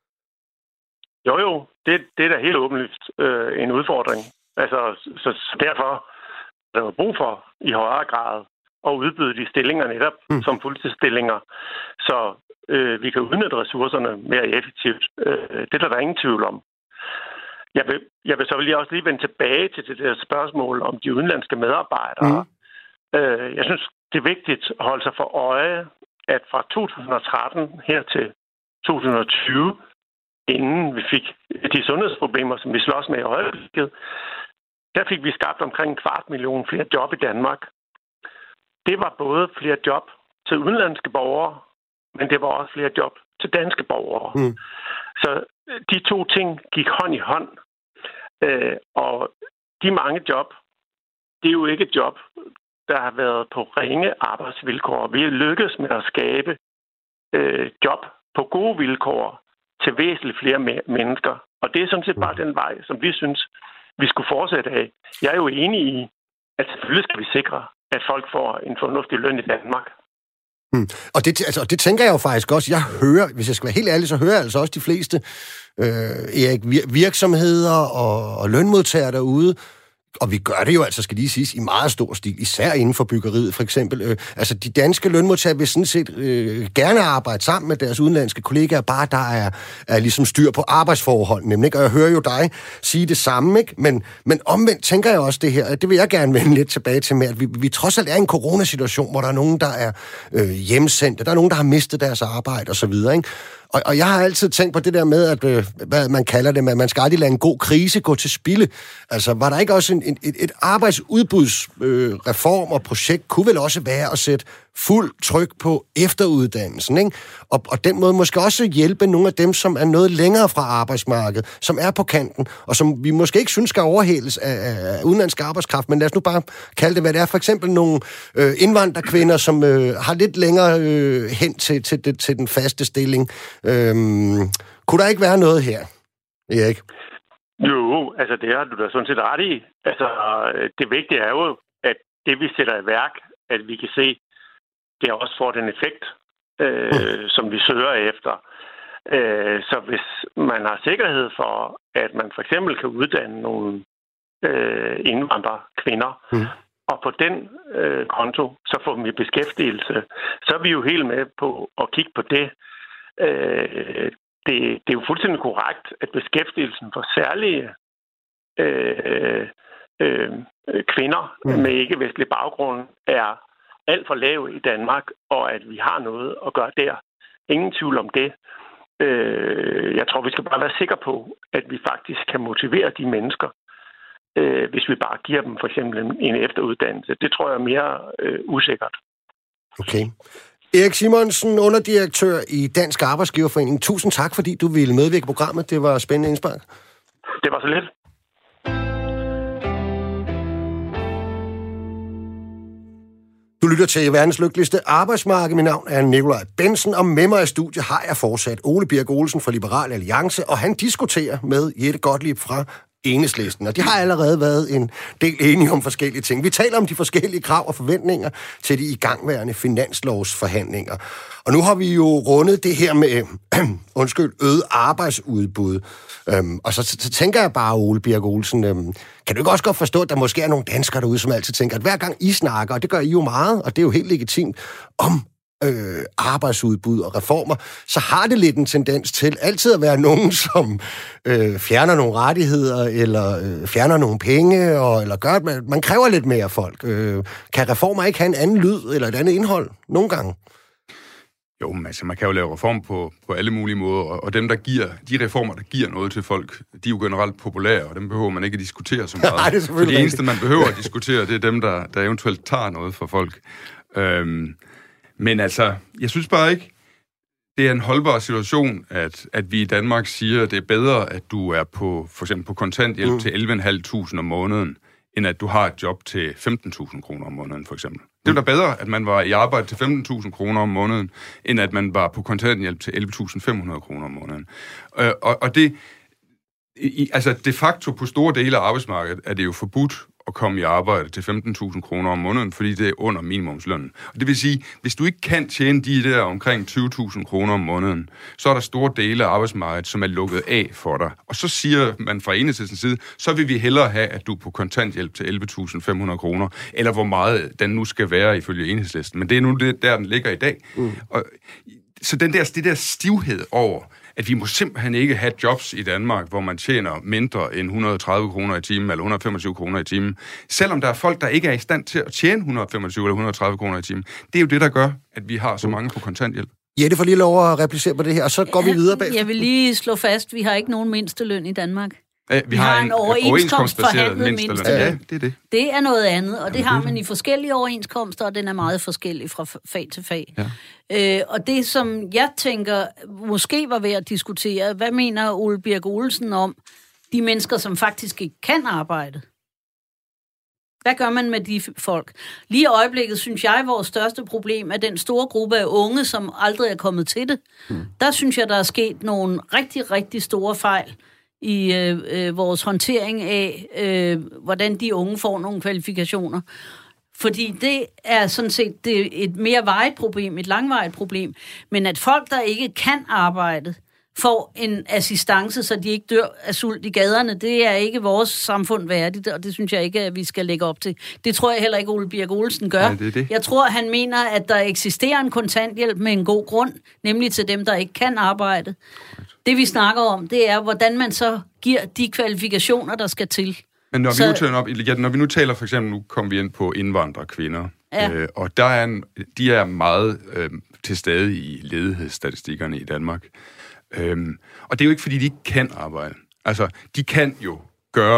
Jo, jo. Det, det er da helt åbenlyst øh, en udfordring. Altså, så, så derfor er der jo brug for i højere grad at udbyde de stillinger netop mm. som fuldtidsstillinger, så øh, vi kan udnytte ressourcerne mere effektivt. Øh, det er der, der er ingen tvivl om. Jeg vil, jeg vil så lige også lige vende tilbage til det der spørgsmål om de udenlandske medarbejdere. Mm. Øh, jeg synes, det er vigtigt at holde sig for øje, at fra to tusind og tretten her til to tusind og tyve, inden vi fik de sundhedsproblemer, som vi slås med i øjeblikket, der fik vi skabt omkring en kvart million flere job i Danmark. Det var både flere job til udenlandske borgere, men det var også flere job til danske borgere. Mm. Så de to ting gik hånd i hånd. Øh, og de mange job, det er jo ikke job, der har været på ringe arbejdsvilkår. Vi er lykkedes med at skabe øh, job på gode vilkår til væsentligt flere me- mennesker. Og det er sådan set bare den vej, som vi synes, vi skulle fortsætte af. Jeg er jo enig i, at selvfølgelig skal vi sikre, at folk får en fornuftig løn i Danmark. Hmm. Og det, altså, det tænker jeg jo faktisk også. Jeg hører, hvis jeg skal være helt ærlig, så hører jeg altså også de fleste øh, Erik, virksomheder og, og lønmodtagere derude. Og vi gør det jo altså, skal lige siges, i meget stor stil, især inden for byggeriet for eksempel. Øh, altså de danske lønmodtagere vil sådan set øh, gerne arbejde sammen med deres udenlandske kollegaer, bare der er, er ligesom styr på arbejdsforholdene, nemlig. Og jeg hører jo dig sige det samme, ikke? Men, men omvendt tænker jeg også det her, det vil jeg gerne vende lidt tilbage til med, at vi, vi trods alt er i en coronasituation, hvor der er nogen, der er øh, hjemsendte, der er nogen, der har mistet deres arbejde osv., ikke? Og, og jeg har altid tænkt på det der med, at, øh, hvad man kalder det, at man skal aldrig lade en god krise gå til spilde. Altså, var der ikke også en, et, et arbejdsudbudsreform øh, og projekt, kunne vel også være at sætte fuld tryk på efteruddannelsen, ikke? Og, og den måde måske også hjælpe nogle af dem, som er noget længere fra arbejdsmarkedet, som er på kanten, og som vi måske ikke synes skal overhældes af, af udenlandsk arbejdskraft, men lad os nu bare kalde det, hvad det er. For eksempel nogle øh, indvandrerkvinder, som øh, har lidt længere øh, hen til, til, til, til den faste stilling. Øhm, kunne der ikke være noget her, Erik? Jo, altså det har du da sådan set ret i. Altså det vigtige er jo, at det vi sætter i værk, at vi kan se, det også får den effekt, øh, som vi søger efter. Øh, så hvis man har sikkerhed for, at man for eksempel kan uddanne nogle øh, indvandrerkvinder, mm. og på den øh, konto, så får vi beskæftigelse, så er vi jo helt med på at kigge på det. Øh, Det, det er jo fuldstændig korrekt, at beskæftigelsen for særlige øh, øh, kvinder mm. med ikke-vestlig baggrund er alt for lav i Danmark, og at vi har noget at gøre der. Ingen tvivl om det. Øh, jeg tror, vi skal bare være sikre på, at vi faktisk kan motivere de mennesker, øh, hvis vi bare giver dem for eksempel en, en efteruddannelse. Det tror jeg er mere øh, usikkert. Okay. Erik Simonsen, underdirektør i Dansk Arbejdsgiverforening. Tusind tak, fordi du ville medvirke i programmet. Det var spændende indspark. Det var så lidt. Du lytter til verdens lykkeligste arbejdsmarked. Mit navn er Nikolaj Bensen, og med mig i studiet har jeg fortsat Ole Birk Olesen fra Liberal Alliance, og han diskuterer med Jette Gottlieb fra Enhedslisten, og de har allerede været en del enige om forskellige ting. Vi taler om de forskellige krav og forventninger til de igangværende finanslovsforhandlinger. Og nu har vi jo rundet det her med undskyld, øget arbejdsudbud. Øhm, og så, så tænker jeg bare, Ole Birk Olsen, øhm, kan du ikke også godt forstå, at der måske er nogle danskere derude, som altid tænker, at hver gang I snakker, og det gør I jo meget, og det er jo helt legitimt, om Øh, arbejdsudbud og reformer, så har det lidt en tendens til altid at være nogen, som øh, fjerner nogle rettigheder, eller øh, fjerner nogle penge, og, eller gør, at man, man kræver lidt mere af folk. Øh, kan reformer ikke have en anden lyd, eller et andet indhold, nogle gange? Jo, men altså, man kan jo lave reform på, på alle mulige måder, og, og dem, der giver, de reformer, der giver noget til folk, de er jo generelt populære, og dem behøver man ikke at diskutere så meget. Nej, det er For det eneste, man behøver at diskutere, det er dem, der, der eventuelt tager noget fra folk. Øhm, Men altså, jeg synes bare ikke, det er en holdbar situation, at, at vi i Danmark siger, at det er bedre, at du er på for eksempel på kontanthjælp mm. til elleve tusind fem hundrede om måneden, end at du har et job til femten tusind kroner om måneden, for eksempel. Det er da bedre, at man var i arbejde til femten tusind kroner om måneden, end at man var på kontanthjælp til elleve tusind fem hundrede kroner om måneden. Øh, og, og det, i, altså de facto på store dele af arbejdsmarkedet, er det jo forbudt at komme i arbejde til femten tusind kroner om måneden, fordi det er under minimumslønnen. Og det vil sige, hvis du ikke kan tjene de der omkring tyve tusind kroner om måneden, så er der store dele af arbejdsmarkedet, som er lukket af for dig. Og så siger man fra Enhedslistens side, så vil vi hellere have, at du er på kontanthjælp til elleve tusind fem hundrede kroner, eller hvor meget den nu skal være ifølge Enhedslisten. Men det er nu det, der den ligger i dag. Mm. Og, så den der, det der stivhed over, at vi må simpelthen ikke have jobs i Danmark, hvor man tjener mindre end et hundrede og tredive kroner i timen, eller et hundrede og femogtyve kroner i timen. Selvom der er folk, der ikke er i stand til at tjene et hundrede og femogtyve eller et hundrede og tredive kroner i timen. Det er jo det, der gør, at vi har så mange på kontanthjælp. Jette får lige lov at replicere på det her, og så går vi videre bagefter. Jeg vil lige slå fast, vi har ikke nogen mindsteløn i Danmark. Ja, vi, vi har, har en overenskomstbaseret mindsteløn. Ja, det er det. Det er noget andet, og det har man i forskellige overenskomster, og den er meget forskellig fra fag til fag. Ja. Øh, og det, som jeg tænker, måske var ved at diskutere, hvad mener Ole Birk Olesen om de mennesker, som faktisk ikke kan arbejde? Hvad gør man med de folk? Lige i øjeblikket, synes jeg, vores største problem er den store gruppe af unge, som aldrig er kommet til det. Hmm. Der synes jeg, der er sket nogle rigtig, rigtig store fejl i øh, øh, vores håndtering af, øh, hvordan de unge får nogle kvalifikationer. Fordi det er sådan set det er et mere varigt problem, et langvarigt problem. Men at folk, der ikke kan arbejde, får en assistance, så de ikke dør af sult i gaderne, det er ikke vores samfund værdigt, og det synes jeg ikke, at vi skal lægge op til. Det tror jeg heller ikke, Ole Birk Olesen gør. Nej, det er det. Jeg tror, han mener, at der eksisterer en kontanthjælp med en god grund, nemlig til dem, der ikke kan arbejde. Det vi snakker om, det er, hvordan man så giver de kvalifikationer, der skal til. Men når, så, vi nu taler op, ja, når vi nu taler for eksempel, nu kommer vi ind på indvandrerkvinder, ja. øh, og der er en, de er meget øh, til stede i ledighedsstatistikkerne i Danmark. Øhm, og det er jo ikke, fordi de ikke kan arbejde. Altså, de kan jo gøre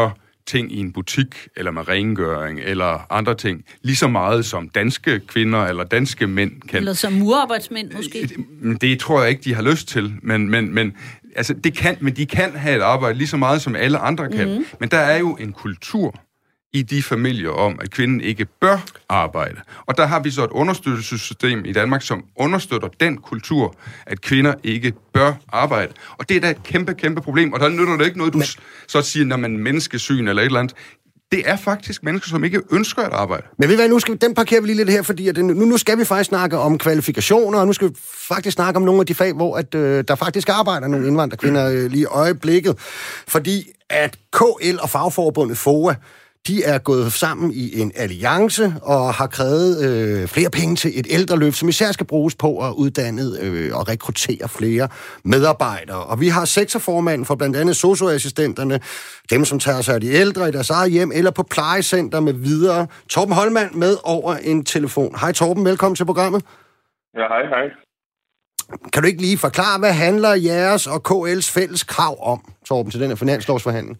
ting i en butik, eller med rengøring, eller andre ting, lige så meget som danske kvinder eller danske mænd kan. Eller som murarbejdsmænd måske. Det, det tror jeg ikke, de har lyst til, men, men, men, altså, det kan, men de kan have et arbejde lige så meget, som alle andre kan. Mm-hmm. Men der er jo en kultur i de familier om, at kvinden ikke bør arbejde. Og der har vi så et understøttelsessystem i Danmark, som understøtter den kultur, at kvinder ikke bør arbejde. Og det er da et kæmpe, kæmpe problem. Og der nytter det ikke noget, du Men... så siger, når man menneskesyn eller et eller andet. Det er faktisk mennesker, som ikke ønsker at arbejde. Men ved I hvad, nu skal vi, den parkerer vi lige lidt her, fordi at, nu, nu skal vi faktisk snakke om kvalifikationer, og nu skal vi faktisk snakke om nogle af de fag, hvor at, øh, der faktisk arbejder nogle indvandrerkvinder øh, lige i øjeblikket. Fordi at K L og fagforbundet FOA, de er gået sammen i en alliance og har krævet øh, flere penge til et ældreløft, som især skal bruges på at uddanne øh, og rekruttere flere medarbejdere. Og vi har sektorformanden for blandt andet sosu-assistenterne, dem som tager sig af de ældre i deres eget hjem eller på plejecenter med videre. Torben Holmand med over en telefon. Hej Torben, velkommen til programmet. Ja, hej, hej. Kan du ikke lige forklare, hvad handler jeres og K L's fælles krav om, Torben, til den her finanslovsforhandling?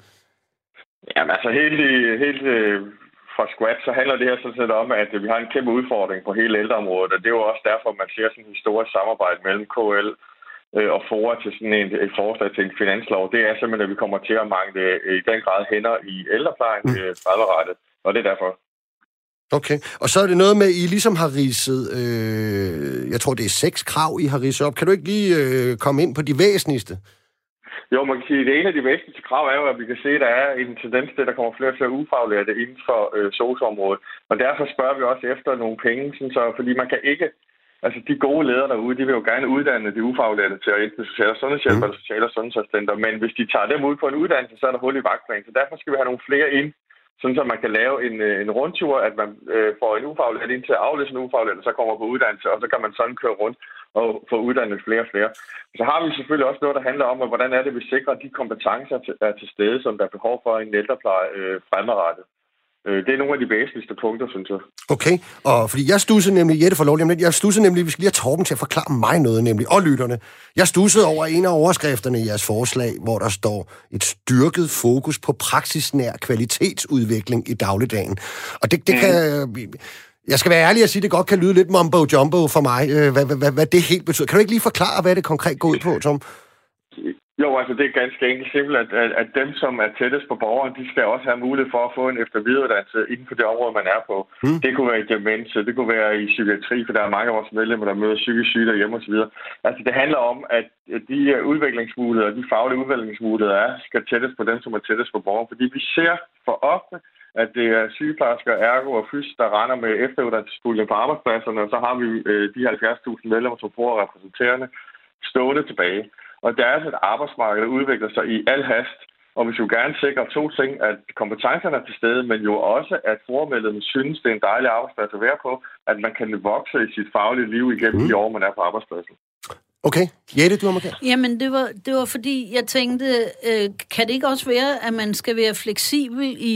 Jamen altså helt, helt fra scratch, så handler det her sådan set om, at vi har en kæmpe udfordring på hele ældreområdet, og det er jo også derfor, man ser sådan et historisk samarbejde mellem K L og FOA til sådan en, et forslag til en finanslov. Det er simpelthen, at vi kommer til at mangle i den grad hænder i ældreplejen fremadrettet, og det er derfor. Okay, og så er det noget med, at I ligesom har ridset, øh, jeg tror det er seks krav, I har ridset op. Kan du ikke lige øh, komme ind på de væsentligste? Jo, man kan sige, at det ene af de væsentligste krav er jo, at vi kan se, at der er en tendens til, at der kommer flere og flere ufaglærte inden for øh, sosu-området. Og derfor spørger vi også efter nogle penge, sådan så, fordi man kan ikke, altså de gode ledere derude, de vil jo gerne uddanne de ufaglærte til at enten social- og sundhedshjælp eller social- og sundhedsassistenter, men hvis de tager dem ud på en uddannelse, så er der hul i vagtplanen. Så derfor skal vi have nogle flere ind, sådan så man kan lave en, en rundtur, at man øh, får en ufaglært ind til at aflæse en ufaglært, og så kommer på uddannelse, og så kan man sådan køre rundt og få uddannet flere og flere. Så har vi selvfølgelig også noget, der handler om, at hvordan er det, vi sikrer, at de kompetencer er til stede, som der er behov for i en ældrepleje øh, fremadrettet. Det er nogle af de væsentligste punkter, synes jeg. Okay, og fordi jeg stussede nemlig, Jette for lov, jeg stussede nemlig, vi skal lige have Torben til at forklare mig noget, nemlig, og lytterne. Jeg stussede over en af overskrifterne i jeres forslag, hvor der står et styrket fokus på praksisnær kvalitetsudvikling i dagligdagen. Og det, det mm. kan... Jeg skal være ærlig og sige, at det godt kan lyde lidt mumbo-jumbo for mig, hvad, hvad, hvad, hvad det helt betyder. Kan du ikke lige forklare, hvad det konkret går ud på, Tom? Jo, altså det er ganske enkelt simpelt, at, at, at dem, som er tættest på borgeren, de skal også have mulighed for at få en eftervidereuddannelse inden for det område, man er på. Mm. Det kunne være i demens, det kunne være i psykiatri, for der er mange af vores medlemmer, der møder psykisk syge derhjemme osv. Altså det handler om, at de udviklingsmuligheder, de faglige udviklingsmuligheder er, skal tættes på dem, som er tættest på borgeren. Fordi vi ser for ofte, at det er sygeplejersker, ergo og fys, der render med efteruddannelsespuljen på arbejdspladserne, og så har vi øh, de halvfjerds tusind medlemmer, som får repræsenterende stående tilbage. Og der er altså et arbejdsmarked, der udvikler sig i al hast, og vi skulle gerne sikre to ting, at kompetencerne er til stede, men jo også, at formeldet synes, det er en dejlig arbejdsplads at være på, at man kan vokse i sit faglige liv igennem mm. de år, man er på arbejdspladsen. Okay. Jette, du har markeret. Jamen, det var, det var fordi, jeg tænkte, øh, kan det ikke også være, at man skal være fleksibel i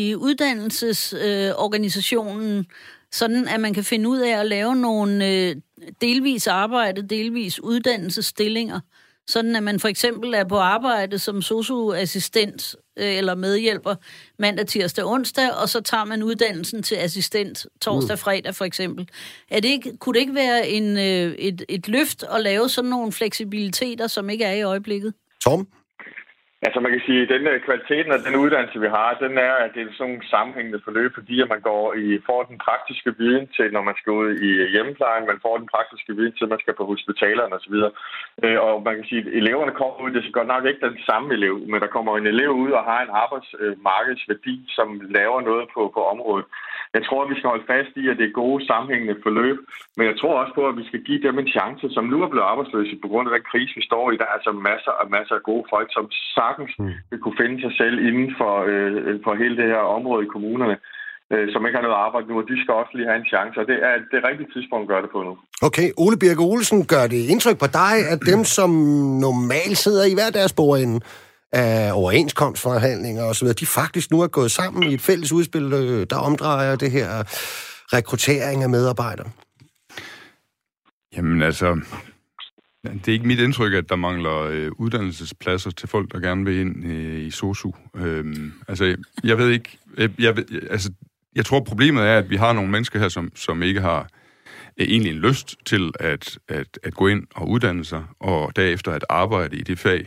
uddannelsesorganisationen, øh, sådan at man kan finde ud af at lave nogle øh, delvis arbejde, delvis uddannelsesstillinger, sådan at man for eksempel er på arbejde som sosu-assistent øh, eller medhjælper mandag, tirsdag, onsdag, og så tager man uddannelsen til assistent torsdag, fredag for eksempel. Er det ikke, kunne det ikke være en, øh, et, et løft at lave sådan nogle fleksibiliteter, som ikke er i øjeblikket? Tom? Altså man kan sige, at den kvaliteten af den uddannelse, vi har, den er, at det er sådan nogle sammenhængende forløb, fordi at man går i, får den praktiske viden til, når man skal ud i hjemmeplejen, man får den praktiske viden til, når man skal på hospitalerne osv. Og man kan sige, at eleverne kommer ud, det er godt nok ikke den samme elev, men der kommer en elev ud og har en arbejdsmarkedsværdi, som laver noget på, på området. Jeg tror, at vi skal holde fast i, at det er gode sammenhængende forløb, men jeg tror også på, at vi skal give dem en chance, som nu er blevet arbejdsløse på grund af den krise, vi står i. Der er altså masser og masser af gode folk, som sagtens vil kunne finde sig selv inden for, øh, for hele det her område i kommunerne, øh, som ikke har noget arbejde nu, og de skal også lige have en chance, og det er det rigtige tidspunkt at gøre det på nu. Okay, Ole Birk Olesen, gør det indtryk på dig, at dem, som normalt sidder i hver deres bordende af overenskomstforhandlinger osv., de faktisk nu er gået sammen i et fælles udspil, der omdrejer det her rekruttering af medarbejdere? Jamen altså, Det er ikke mit indtryk, at der mangler øh, uddannelsespladser til folk, der gerne vil ind øh, i sosu. Øhm, altså, jeg ved ikke... Jeg, jeg, altså, jeg tror, problemet er, at vi har nogle mennesker her, som, som ikke har øh, egentlig en lyst til at, at, at gå ind og uddanne sig, og derefter at arbejde i det fag.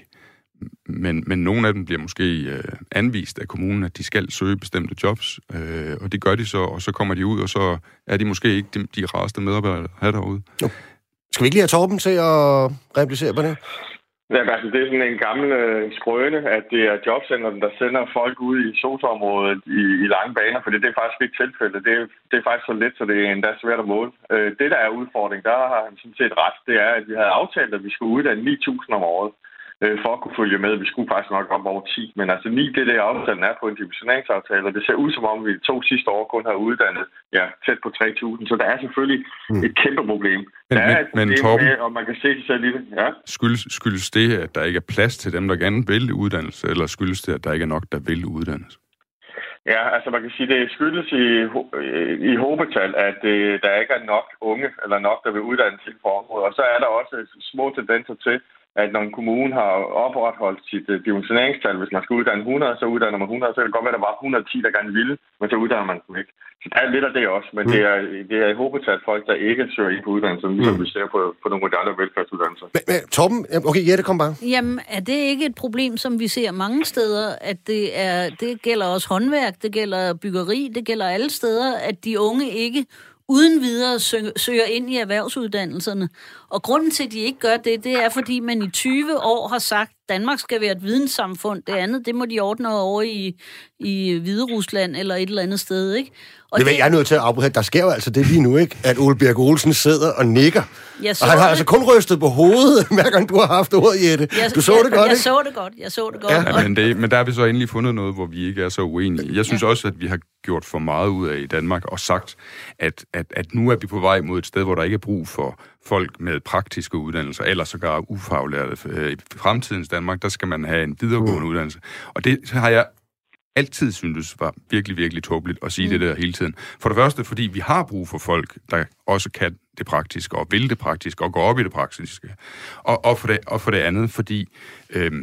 Men, men nogle af dem bliver måske øh, anvist af kommunen, at de skal søge bestemte jobs, øh, og det gør de så, og så kommer de ud, og så er de måske ikke de, de rareste medarbejdere her derude. Jo. Skal vi ikke lige have Torben til at replicere på det? Ja, altså, det er sådan en gammel øh, skrøne, at det er jobcentrene, der sender folk ud i sosu-området i, i lange baner, for det er faktisk ikke tilfældet. Det er, det er faktisk så let, så det er endda svært at måle. Øh, det, der er udfordring, der har han sådan set ret, det er, at vi havde aftalt, at vi skulle uddanne ni tusind om året øh, for at kunne følge med. Vi skulle faktisk nok op over ti, men altså ni, det er det, aftalen er på en dimensioneringsaftale, og det ser ud som om, vi to sidste år kun har uddannet ja, tæt på tre tusind, så der er selvfølgelig mm. et kæmpe problem. Men, der er et problem men Torben, med, og man kan se sig selv i det. Ja. Skyldes, skyldes det, at der ikke er plads til dem, der gerne vil uddannelse, eller skyldes det, at der ikke er nok, der vil uddannes? Ja, altså man kan sige, det skyldes i, i hovedtal, at øh, der ikke er nok unge, eller nok, der vil uddanne sig på området. Og så er der også små tendenser til, at når en kommune har opretholdt sit uh, dimensioneringstal, hvis man skal uddanne hundrede, så uddanner man hundrede, så kan det godt være, at der var et hundrede og ti, der gerne ville, men så uddanner man dem ikke. Så der er lidt af det også, men mm. det, er, det er i hovedtal folk, der ikke søger ind på uddannelsen, ligesom mm. vi ser på, på nogle moderne velfærdsuddannelser. Men, men Torben, okay, Jette, kom bare. Jamen, er det ikke et problem, som vi ser mange steder, at det, er, det gælder også håndværk, det gælder byggeri, det gælder alle steder, at de unge ikke uden videre søger ind i erhvervsuddannelserne. Og grunden til, at de ikke gør det, det er, fordi man i tyve år har sagt, at Danmark skal være et videnssamfund. Det andet, det må de ordne over i, i Hviderusland eller et eller andet sted, ikke? Og det vil det... jeg er nødt til at afbryde. Der sker jo altså det lige nu, ikke? At Ole Birk Olesen sidder og nikker. Og han har det. altså kun rystet på hovedet, hver gang du har haft ordet, Jette. Jeg, du så jeg, det godt, jeg ikke? så det godt, jeg så det godt. Ja, og... men, det, men der har vi så endelig fundet noget, hvor vi ikke er så uenige. Jeg synes ja. også, at vi har gjort for meget ud af i Danmark og sagt, at, at, at nu er vi på vej mod et sted, hvor der ikke er brug for folk med praktiske uddannelser, eller sågar ufaglærte. I fremtidens Danmark, der skal man have en videregående mm. uddannelse. Og det har jeg altid syntes var virkelig, virkelig tåbeligt at sige mm. det der hele tiden. For det første, fordi vi har brug for folk, der også kan det praktiske, og vil det praktiske, og går op i det praktiske. Og, og, for, det, og for det andet, fordi øhm,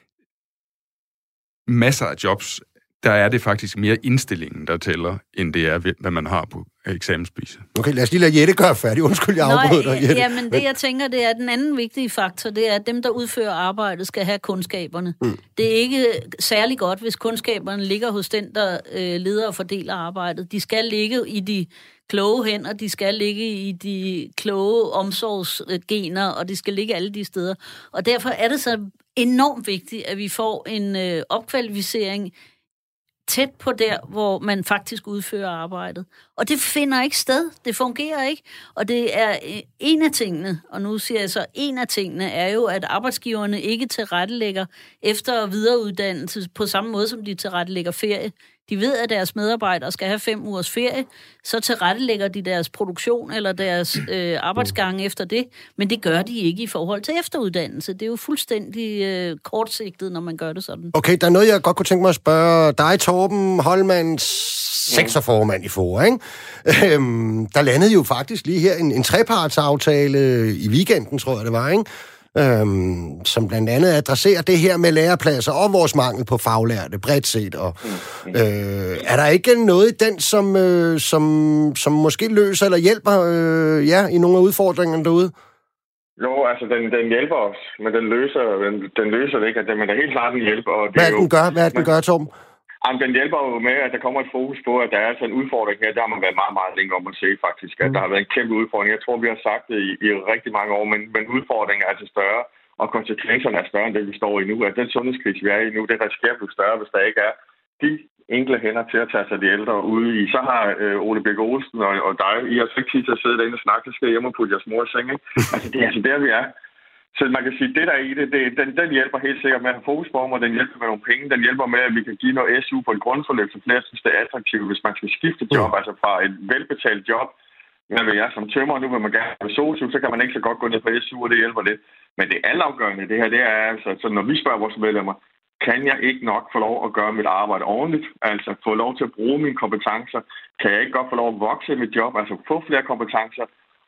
masser af jobs, der er det faktisk mere indstillingen, der tæller, end det er, hvad man har på eksamensbeviset. Okay, lad os lige lade Jette gøre færdig. Undskyld, jeg afbryder dig, Jette. Ja, men det, jeg tænker, det er den anden vigtige faktor, det er, at dem, der udfører arbejdet, skal have kundskaberne. Mm. Det er ikke særlig godt, hvis kundskaberne ligger hos den, der øh, leder og fordeler arbejdet. De skal ligge i de kloge hænder, de skal ligge i de kloge omsorgsgener, og de skal ligge alle de steder. Og derfor er det så enormt vigtigt, at vi får en øh, opkvalificering tæt på der, hvor man faktisk udfører arbejdet. Og det finder ikke sted. Det fungerer ikke. Og det er en af tingene, og nu siger jeg så, en af tingene er jo, at arbejdsgiverne ikke tilrettelægger efter- og videreuddannelse på samme måde, som de tilrettelægger ferie. De ved, at deres medarbejdere skal have fem ugers ferie, så tilrettelægger de deres produktion eller deres øh, arbejdsgange efter det, men det gør de ikke i forhold til efteruddannelse. Det er jo fuldstændig øh, kortsigtet, når man gør det sådan. Okay, der er noget, jeg godt kunne tænke mig at spørge dig, Torben Holmans, sekserformand i F O A, ikke? Øhm, der landede jo faktisk lige her en, en trepartsaftale i weekenden, tror jeg det var, ikke? Øhm, som blandt andet adresserer det her med lærepladser og vores mangel på faglærte, bredt set. Og, øh, er der ikke noget i den, som, øh, som, som måske løser eller hjælper øh, ja, i nogle af udfordringerne derude? Jo, altså den, den hjælper os, men den løser, den, den løser det ikke. Men der er helt klart en hjælp. Og det Hvad er jo, den gør? Hvad er den gør, Torben? Jamen, den hjælper jo med, at der kommer et fokus på, at der er altså en udfordring her. Der har man været meget, meget længe om at se, faktisk. At mm. der har været en kæmpe udfordring. Jeg tror, vi har sagt det i, i rigtig mange år, men, men udfordringen er altså større, og konsekvenserne er større end det, vi står i nu. At den sundhedskrise, vi er i nu, det risikerer at blive større, hvis der ikke er de enkle hænder til at tage sig de ældre ude i. Så har øh, Ole Birk Olesen og, og dig, I har så ikke tid til at sidde derinde og snakke, så skal jeg hjem og putte jeres mor i seng, ikke? Altså, det er altså der, vi er. Så man kan sige, det der er i det, det den, den hjælper helt sikkert med at have fokus på dem, og den hjælper med nogle penge. Den hjælper med, at vi kan give noget S U på et grundforløb, så flere synes, det er attraktivt, hvis man skal skifte job, mm. altså fra et velbetalt job. Hvad vil jeg som tømrer, nu vil man gerne have sosu, så kan man ikke så godt gå ned på S U, og det hjælper lidt. Men det altafgørende, det her, det er altså, så når vi spørger vores medlemmer, kan jeg ikke nok få lov at gøre mit arbejde ordentligt? Altså få lov til at bruge mine kompetencer? Kan jeg ikke godt få lov at vokse i mit job? Altså få flere kompetencer?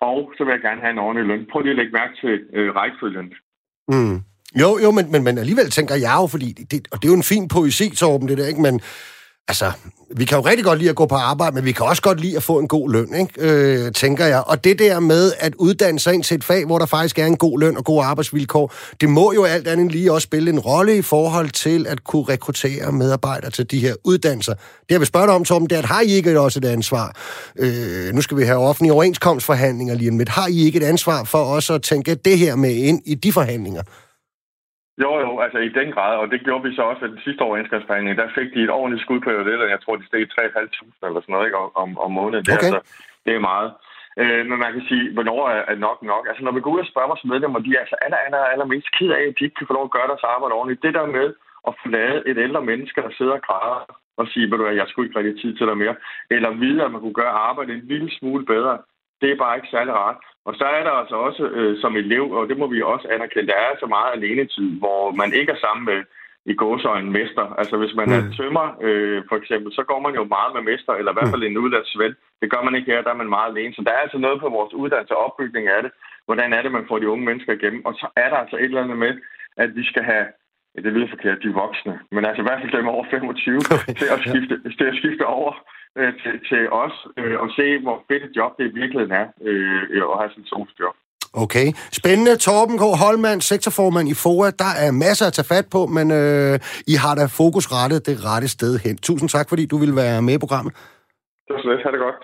og så vil jeg gerne have en ordentlig løn. Prøv lige at lægge mærke til øh, rækkefølgen. Mm. Jo, jo, men, men, men alligevel tænker jeg jo, fordi det, og det er jo en fin poesi, Torben, det der, ikke? Men altså, vi kan jo rigtig godt lide at gå på arbejde, men vi kan også godt lide at få en god løn, ikke? Øh, tænker jeg. Og det der med at uddanne sig ind til et fag, hvor der faktisk er en god løn og gode arbejdsvilkår, det må jo alt andet lige også spille en rolle i forhold til at kunne rekruttere medarbejdere til de her uddannelser. Det jeg vil spørge dig om, Torben, det er, at har I ikke også et ansvar? Øh, nu skal vi have offentlige overenskomstforhandlinger lige om lidt. Har I ikke et ansvar for også at tænke det her med ind i de forhandlinger? Jo, jo, altså i den grad, og det gjorde vi så også ved den sidste overenskomstforhandling. Der fik de et ordentligt skud på det, jeg tror, de steg tre tusind fem hundrede eller sådan noget, ikke, om, om måneden. Det, okay. altså, det er meget. Øh, men man kan sige, hvornår er nok nok? Altså når vi går ud og spørger vores medlemmer, de er altså aller, aller, allermest ked af, at de ikke kan få lov at gøre deres arbejde ordentligt. Det der med at få lavet et ældre menneske, der sidder og græder og siger, ved du hvad, jeg skulle ikke rigtig tid til dig mere, eller vide, at man kunne gøre arbejdet en lille smule bedre, det er bare ikke særlig rart. Og så er der altså også øh, som elev, og det må vi også anerkende, der er så meget alenetid, hvor man ikke er sammen med i gåseøjne mester. Altså hvis man mm. er tømmer, øh, for eksempel, så går man jo meget med mester, eller i hvert fald en udlært svend. Det gør man ikke her, der er man meget alene. Så der er altså noget på vores uddannelse og opbygning af det. Hvordan er det, man får de unge mennesker igennem? Og så er der altså et eller andet med, at vi skal have, det lyder forkert, de voksne, men altså i hvert fald dem over femogtyve, til at skifte, til at skifte over øh, til, til os, øh, og se, hvor fedt et job det i virkeligheden er, øh, at have sådan et sosu-job. Okay. Spændende. Torben K. Holmann, sektorformand i F O A. Der er masser at tage fat på, men øh, I har da fokus rettet det rette sted hen. Tusind tak, fordi du ville være med i programmet. Det var så lidt. Ha' det godt.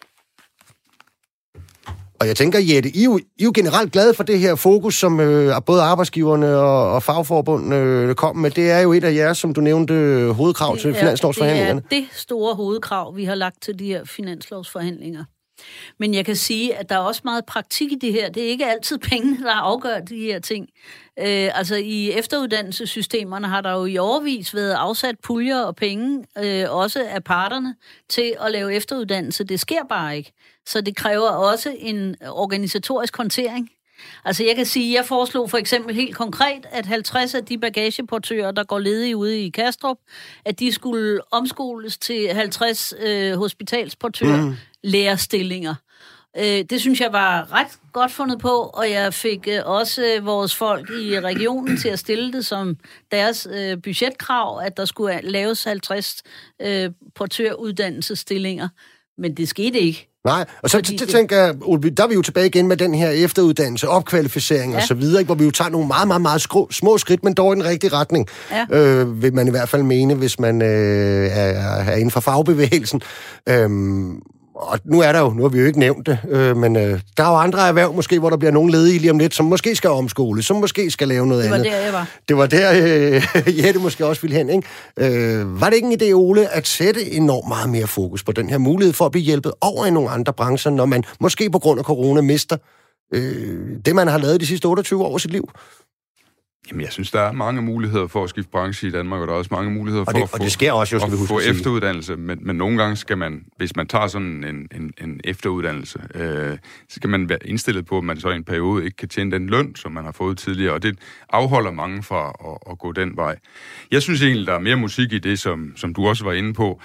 Og jeg tænker, Jette, I er jo, I er jo generelt glade for det her fokus, som øh, både arbejdsgiverne og, og fagforbundene øh, kom med. Det er jo et af jeres, som du nævnte, hovedkrav det til er, finanslovsforhandlingerne. Det er det store hovedkrav, vi har lagt til de her finanslovsforhandlinger. Men jeg kan sige, at der er også meget praktik i det her. Det er ikke altid pengene, der afgør de her ting. Øh, altså i efteruddannelsessystemerne har der jo i årevis været afsat puljer og penge, øh, også af parterne, til at lave efteruddannelse. Det sker bare ikke. Så det kræver også en organisatorisk håndtering. Altså jeg kan sige, jeg foreslog for eksempel helt konkret, at halvtreds af de bagageportører, der går ledige ude i Kastrup, at de skulle omskoles til halvtreds øh, hospitalsportører mm. lærerstillinger. Øh, det synes jeg var ret godt fundet på, og jeg fik øh, også øh, vores folk i regionen til at stille det som deres øh, budgetkrav, at der skulle laves halvtreds øh, portøruddannelsesstillinger. Men det skete ikke. Nej, og så det, det tænker jeg, der er vi jo tilbage igen med den her efteruddannelse, opkvalificering ja. og så videre, hvor vi jo tager nogle meget, meget, meget skru, små skridt, men dog i den rigtige retning, ja. øh, vil man i hvert fald mene, hvis man øh, er, er inden for fagbevægelsen. Øhm, og nu er der jo, nu har vi jo ikke nævnt det, øh, men øh, der er jo andre erhverv måske, hvor der bliver nogen ledige lige om lidt, som måske skal omskole, som måske skal lave noget andet. Det var andet. der, jeg var. Det var der, øh, Jette måske også ville hen, ikke? Øh, var det ikke en idé, Ole, at sætte enormt meget mere fokus på den her mulighed for at blive hjælpet over i nogle andre brancher, når man måske på grund af corona mister øh, det, man har lavet de sidste otteogtyve år af sit liv? Jamen, jeg synes, der er mange muligheder for at skifte branche i Danmark, og der er også mange muligheder for det, at få, og det sker også, at få efteruddannelse. Men, men nogle gange skal man, hvis man tager sådan en, en, en efteruddannelse, øh, så skal man være indstillet på, at man så i en periode ikke kan tjene den løn, som man har fået tidligere, og det afholder mange fra at, at gå den vej. Jeg synes egentlig, der er mere musik i det, som, som du også var inde på.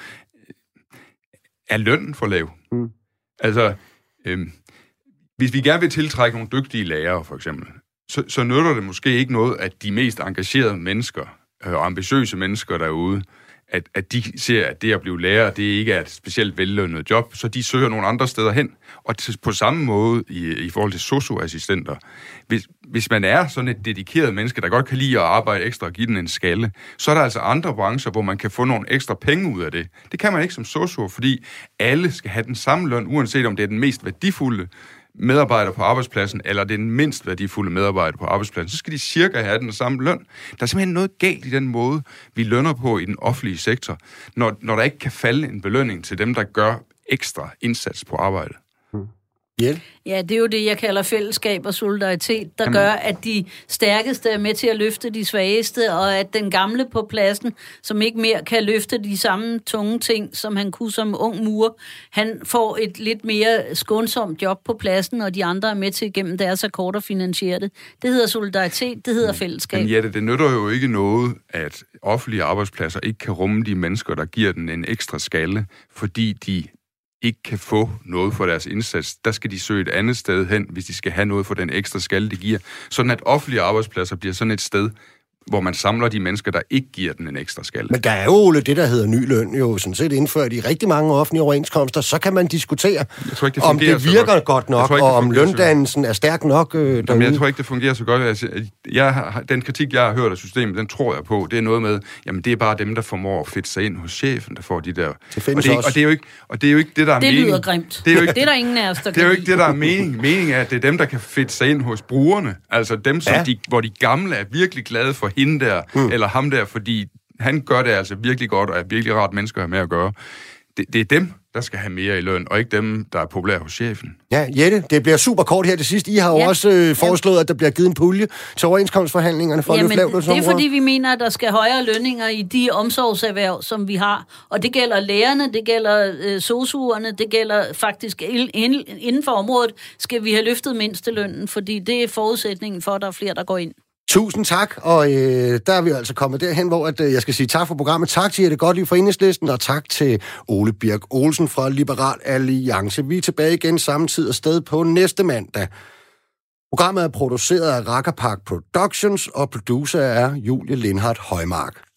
Er lønnen for lav? Mm. Altså, øh, hvis vi gerne vil tiltrække nogle dygtige lærere, for eksempel, Så, så nytter det måske ikke noget, at de mest engagerede mennesker øh, og ambitiøse mennesker derude, at, at de ser, at det at blive lærer, det ikke er et specielt vellønnet job, så de søger nogle andre steder hen. Og til, på samme måde i, i forhold til sosu-assistenter. Hvis, hvis man er sådan et dedikeret menneske, der godt kan lide at arbejde ekstra og give den en skalle, så er der altså andre brancher, hvor man kan få nogle ekstra penge ud af det. Det kan man ikke som sosu, fordi alle skal have den samme løn, uanset om det er den mest værdifulde medarbejder på arbejdspladsen, eller den mindst værdifulde medarbejder på arbejdspladsen, så skal de cirka have den samme løn. Der er simpelthen noget galt i den måde, vi lønner på i den offentlige sektor, når, når der ikke kan falde en belønning til dem, der gør ekstra indsats på arbejdet. Hmm. Yeah. Ja, det er jo det, jeg kalder fællesskab og solidaritet, der Jamen. gør, at de stærkeste er med til at løfte de svageste, og at den gamle på pladsen, som ikke mere kan løfte de samme tunge ting, som han kunne som ung murer, han får et lidt mere skånsomt job på pladsen, og de andre er med til gennem deres akkorder finansiere det. Det hedder solidaritet, det hedder fællesskab. Men ja, det, det nytter jo ikke noget, at offentlige arbejdspladser ikke kan rumme de mennesker, der giver den en ekstra skalle, fordi de ikke kan få noget for deres indsats, der skal de søge et andet sted hen, hvis de skal have noget for den ekstra skalle, det giver. Sådan at offentlige arbejdspladser bliver sådan et sted, hvor man samler de mennesker, der ikke giver den en ekstra skalle. Men der er jo, Ole, det, der hedder ny løn, jo sådan set indført i rigtig mange offentlige overenskomster, så kan man diskutere, jeg tror ikke, det om det virker godt, godt nok, ikke, og om løndannelsen er stærk nok øh, Jamen, jeg tror ikke, det fungerer så godt. Altså, jeg har, den kritik, jeg har hørt af systemet, den tror jeg på. Det er noget med, jamen det er bare dem, der formår at fedte sig ind hos chefen, der får de der... Det og, det er, og, det er jo ikke, og det er jo ikke det, der er det mening. Det lyder grimt. Det er, jo ikke, det er der ingen af os, der Det er jo ikke det, der er mening. Meningen er, at det er dem, der kan fedte sig ind hos brugerne. Altså dem, som ja. de, hvor de gamle er virkelig glade for hende der, mm. eller ham der, fordi han gør det altså virkelig godt, og er virkelig rart mennesker at have med at gøre. Det, det er dem, der skal have mere i løn, og ikke dem, der er populære hos chefen. Ja, Jette, det bliver super kort her til sidst. I har jo ja. også øh, foreslået, at der bliver givet en pulje til overenskomstforhandlingerne for Jamen, at løfte det er fordi, vi mener, at der skal højere lønninger i de omsorgserhverv, som vi har. Og det gælder lærerne, det gælder øh, sosuerne, det gælder faktisk inden for området, skal vi have løftet mindstelønnen, fordi det er forudsætningen for, at der er flere, der går ind. Tusind tak, og øh, der er vi altså kommet derhen, hvor at, øh, jeg skal sige tak for programmet. Tak til Jette Gottlieb fra Enhedslisten, og tak til Ole Birk Olesen fra Liberal Alliance. Vi er tilbage igen samme tid og sted på næste mandag. Programmet er produceret af Rakkerpark Productions, og producer er Julie Lindhardt Højmark.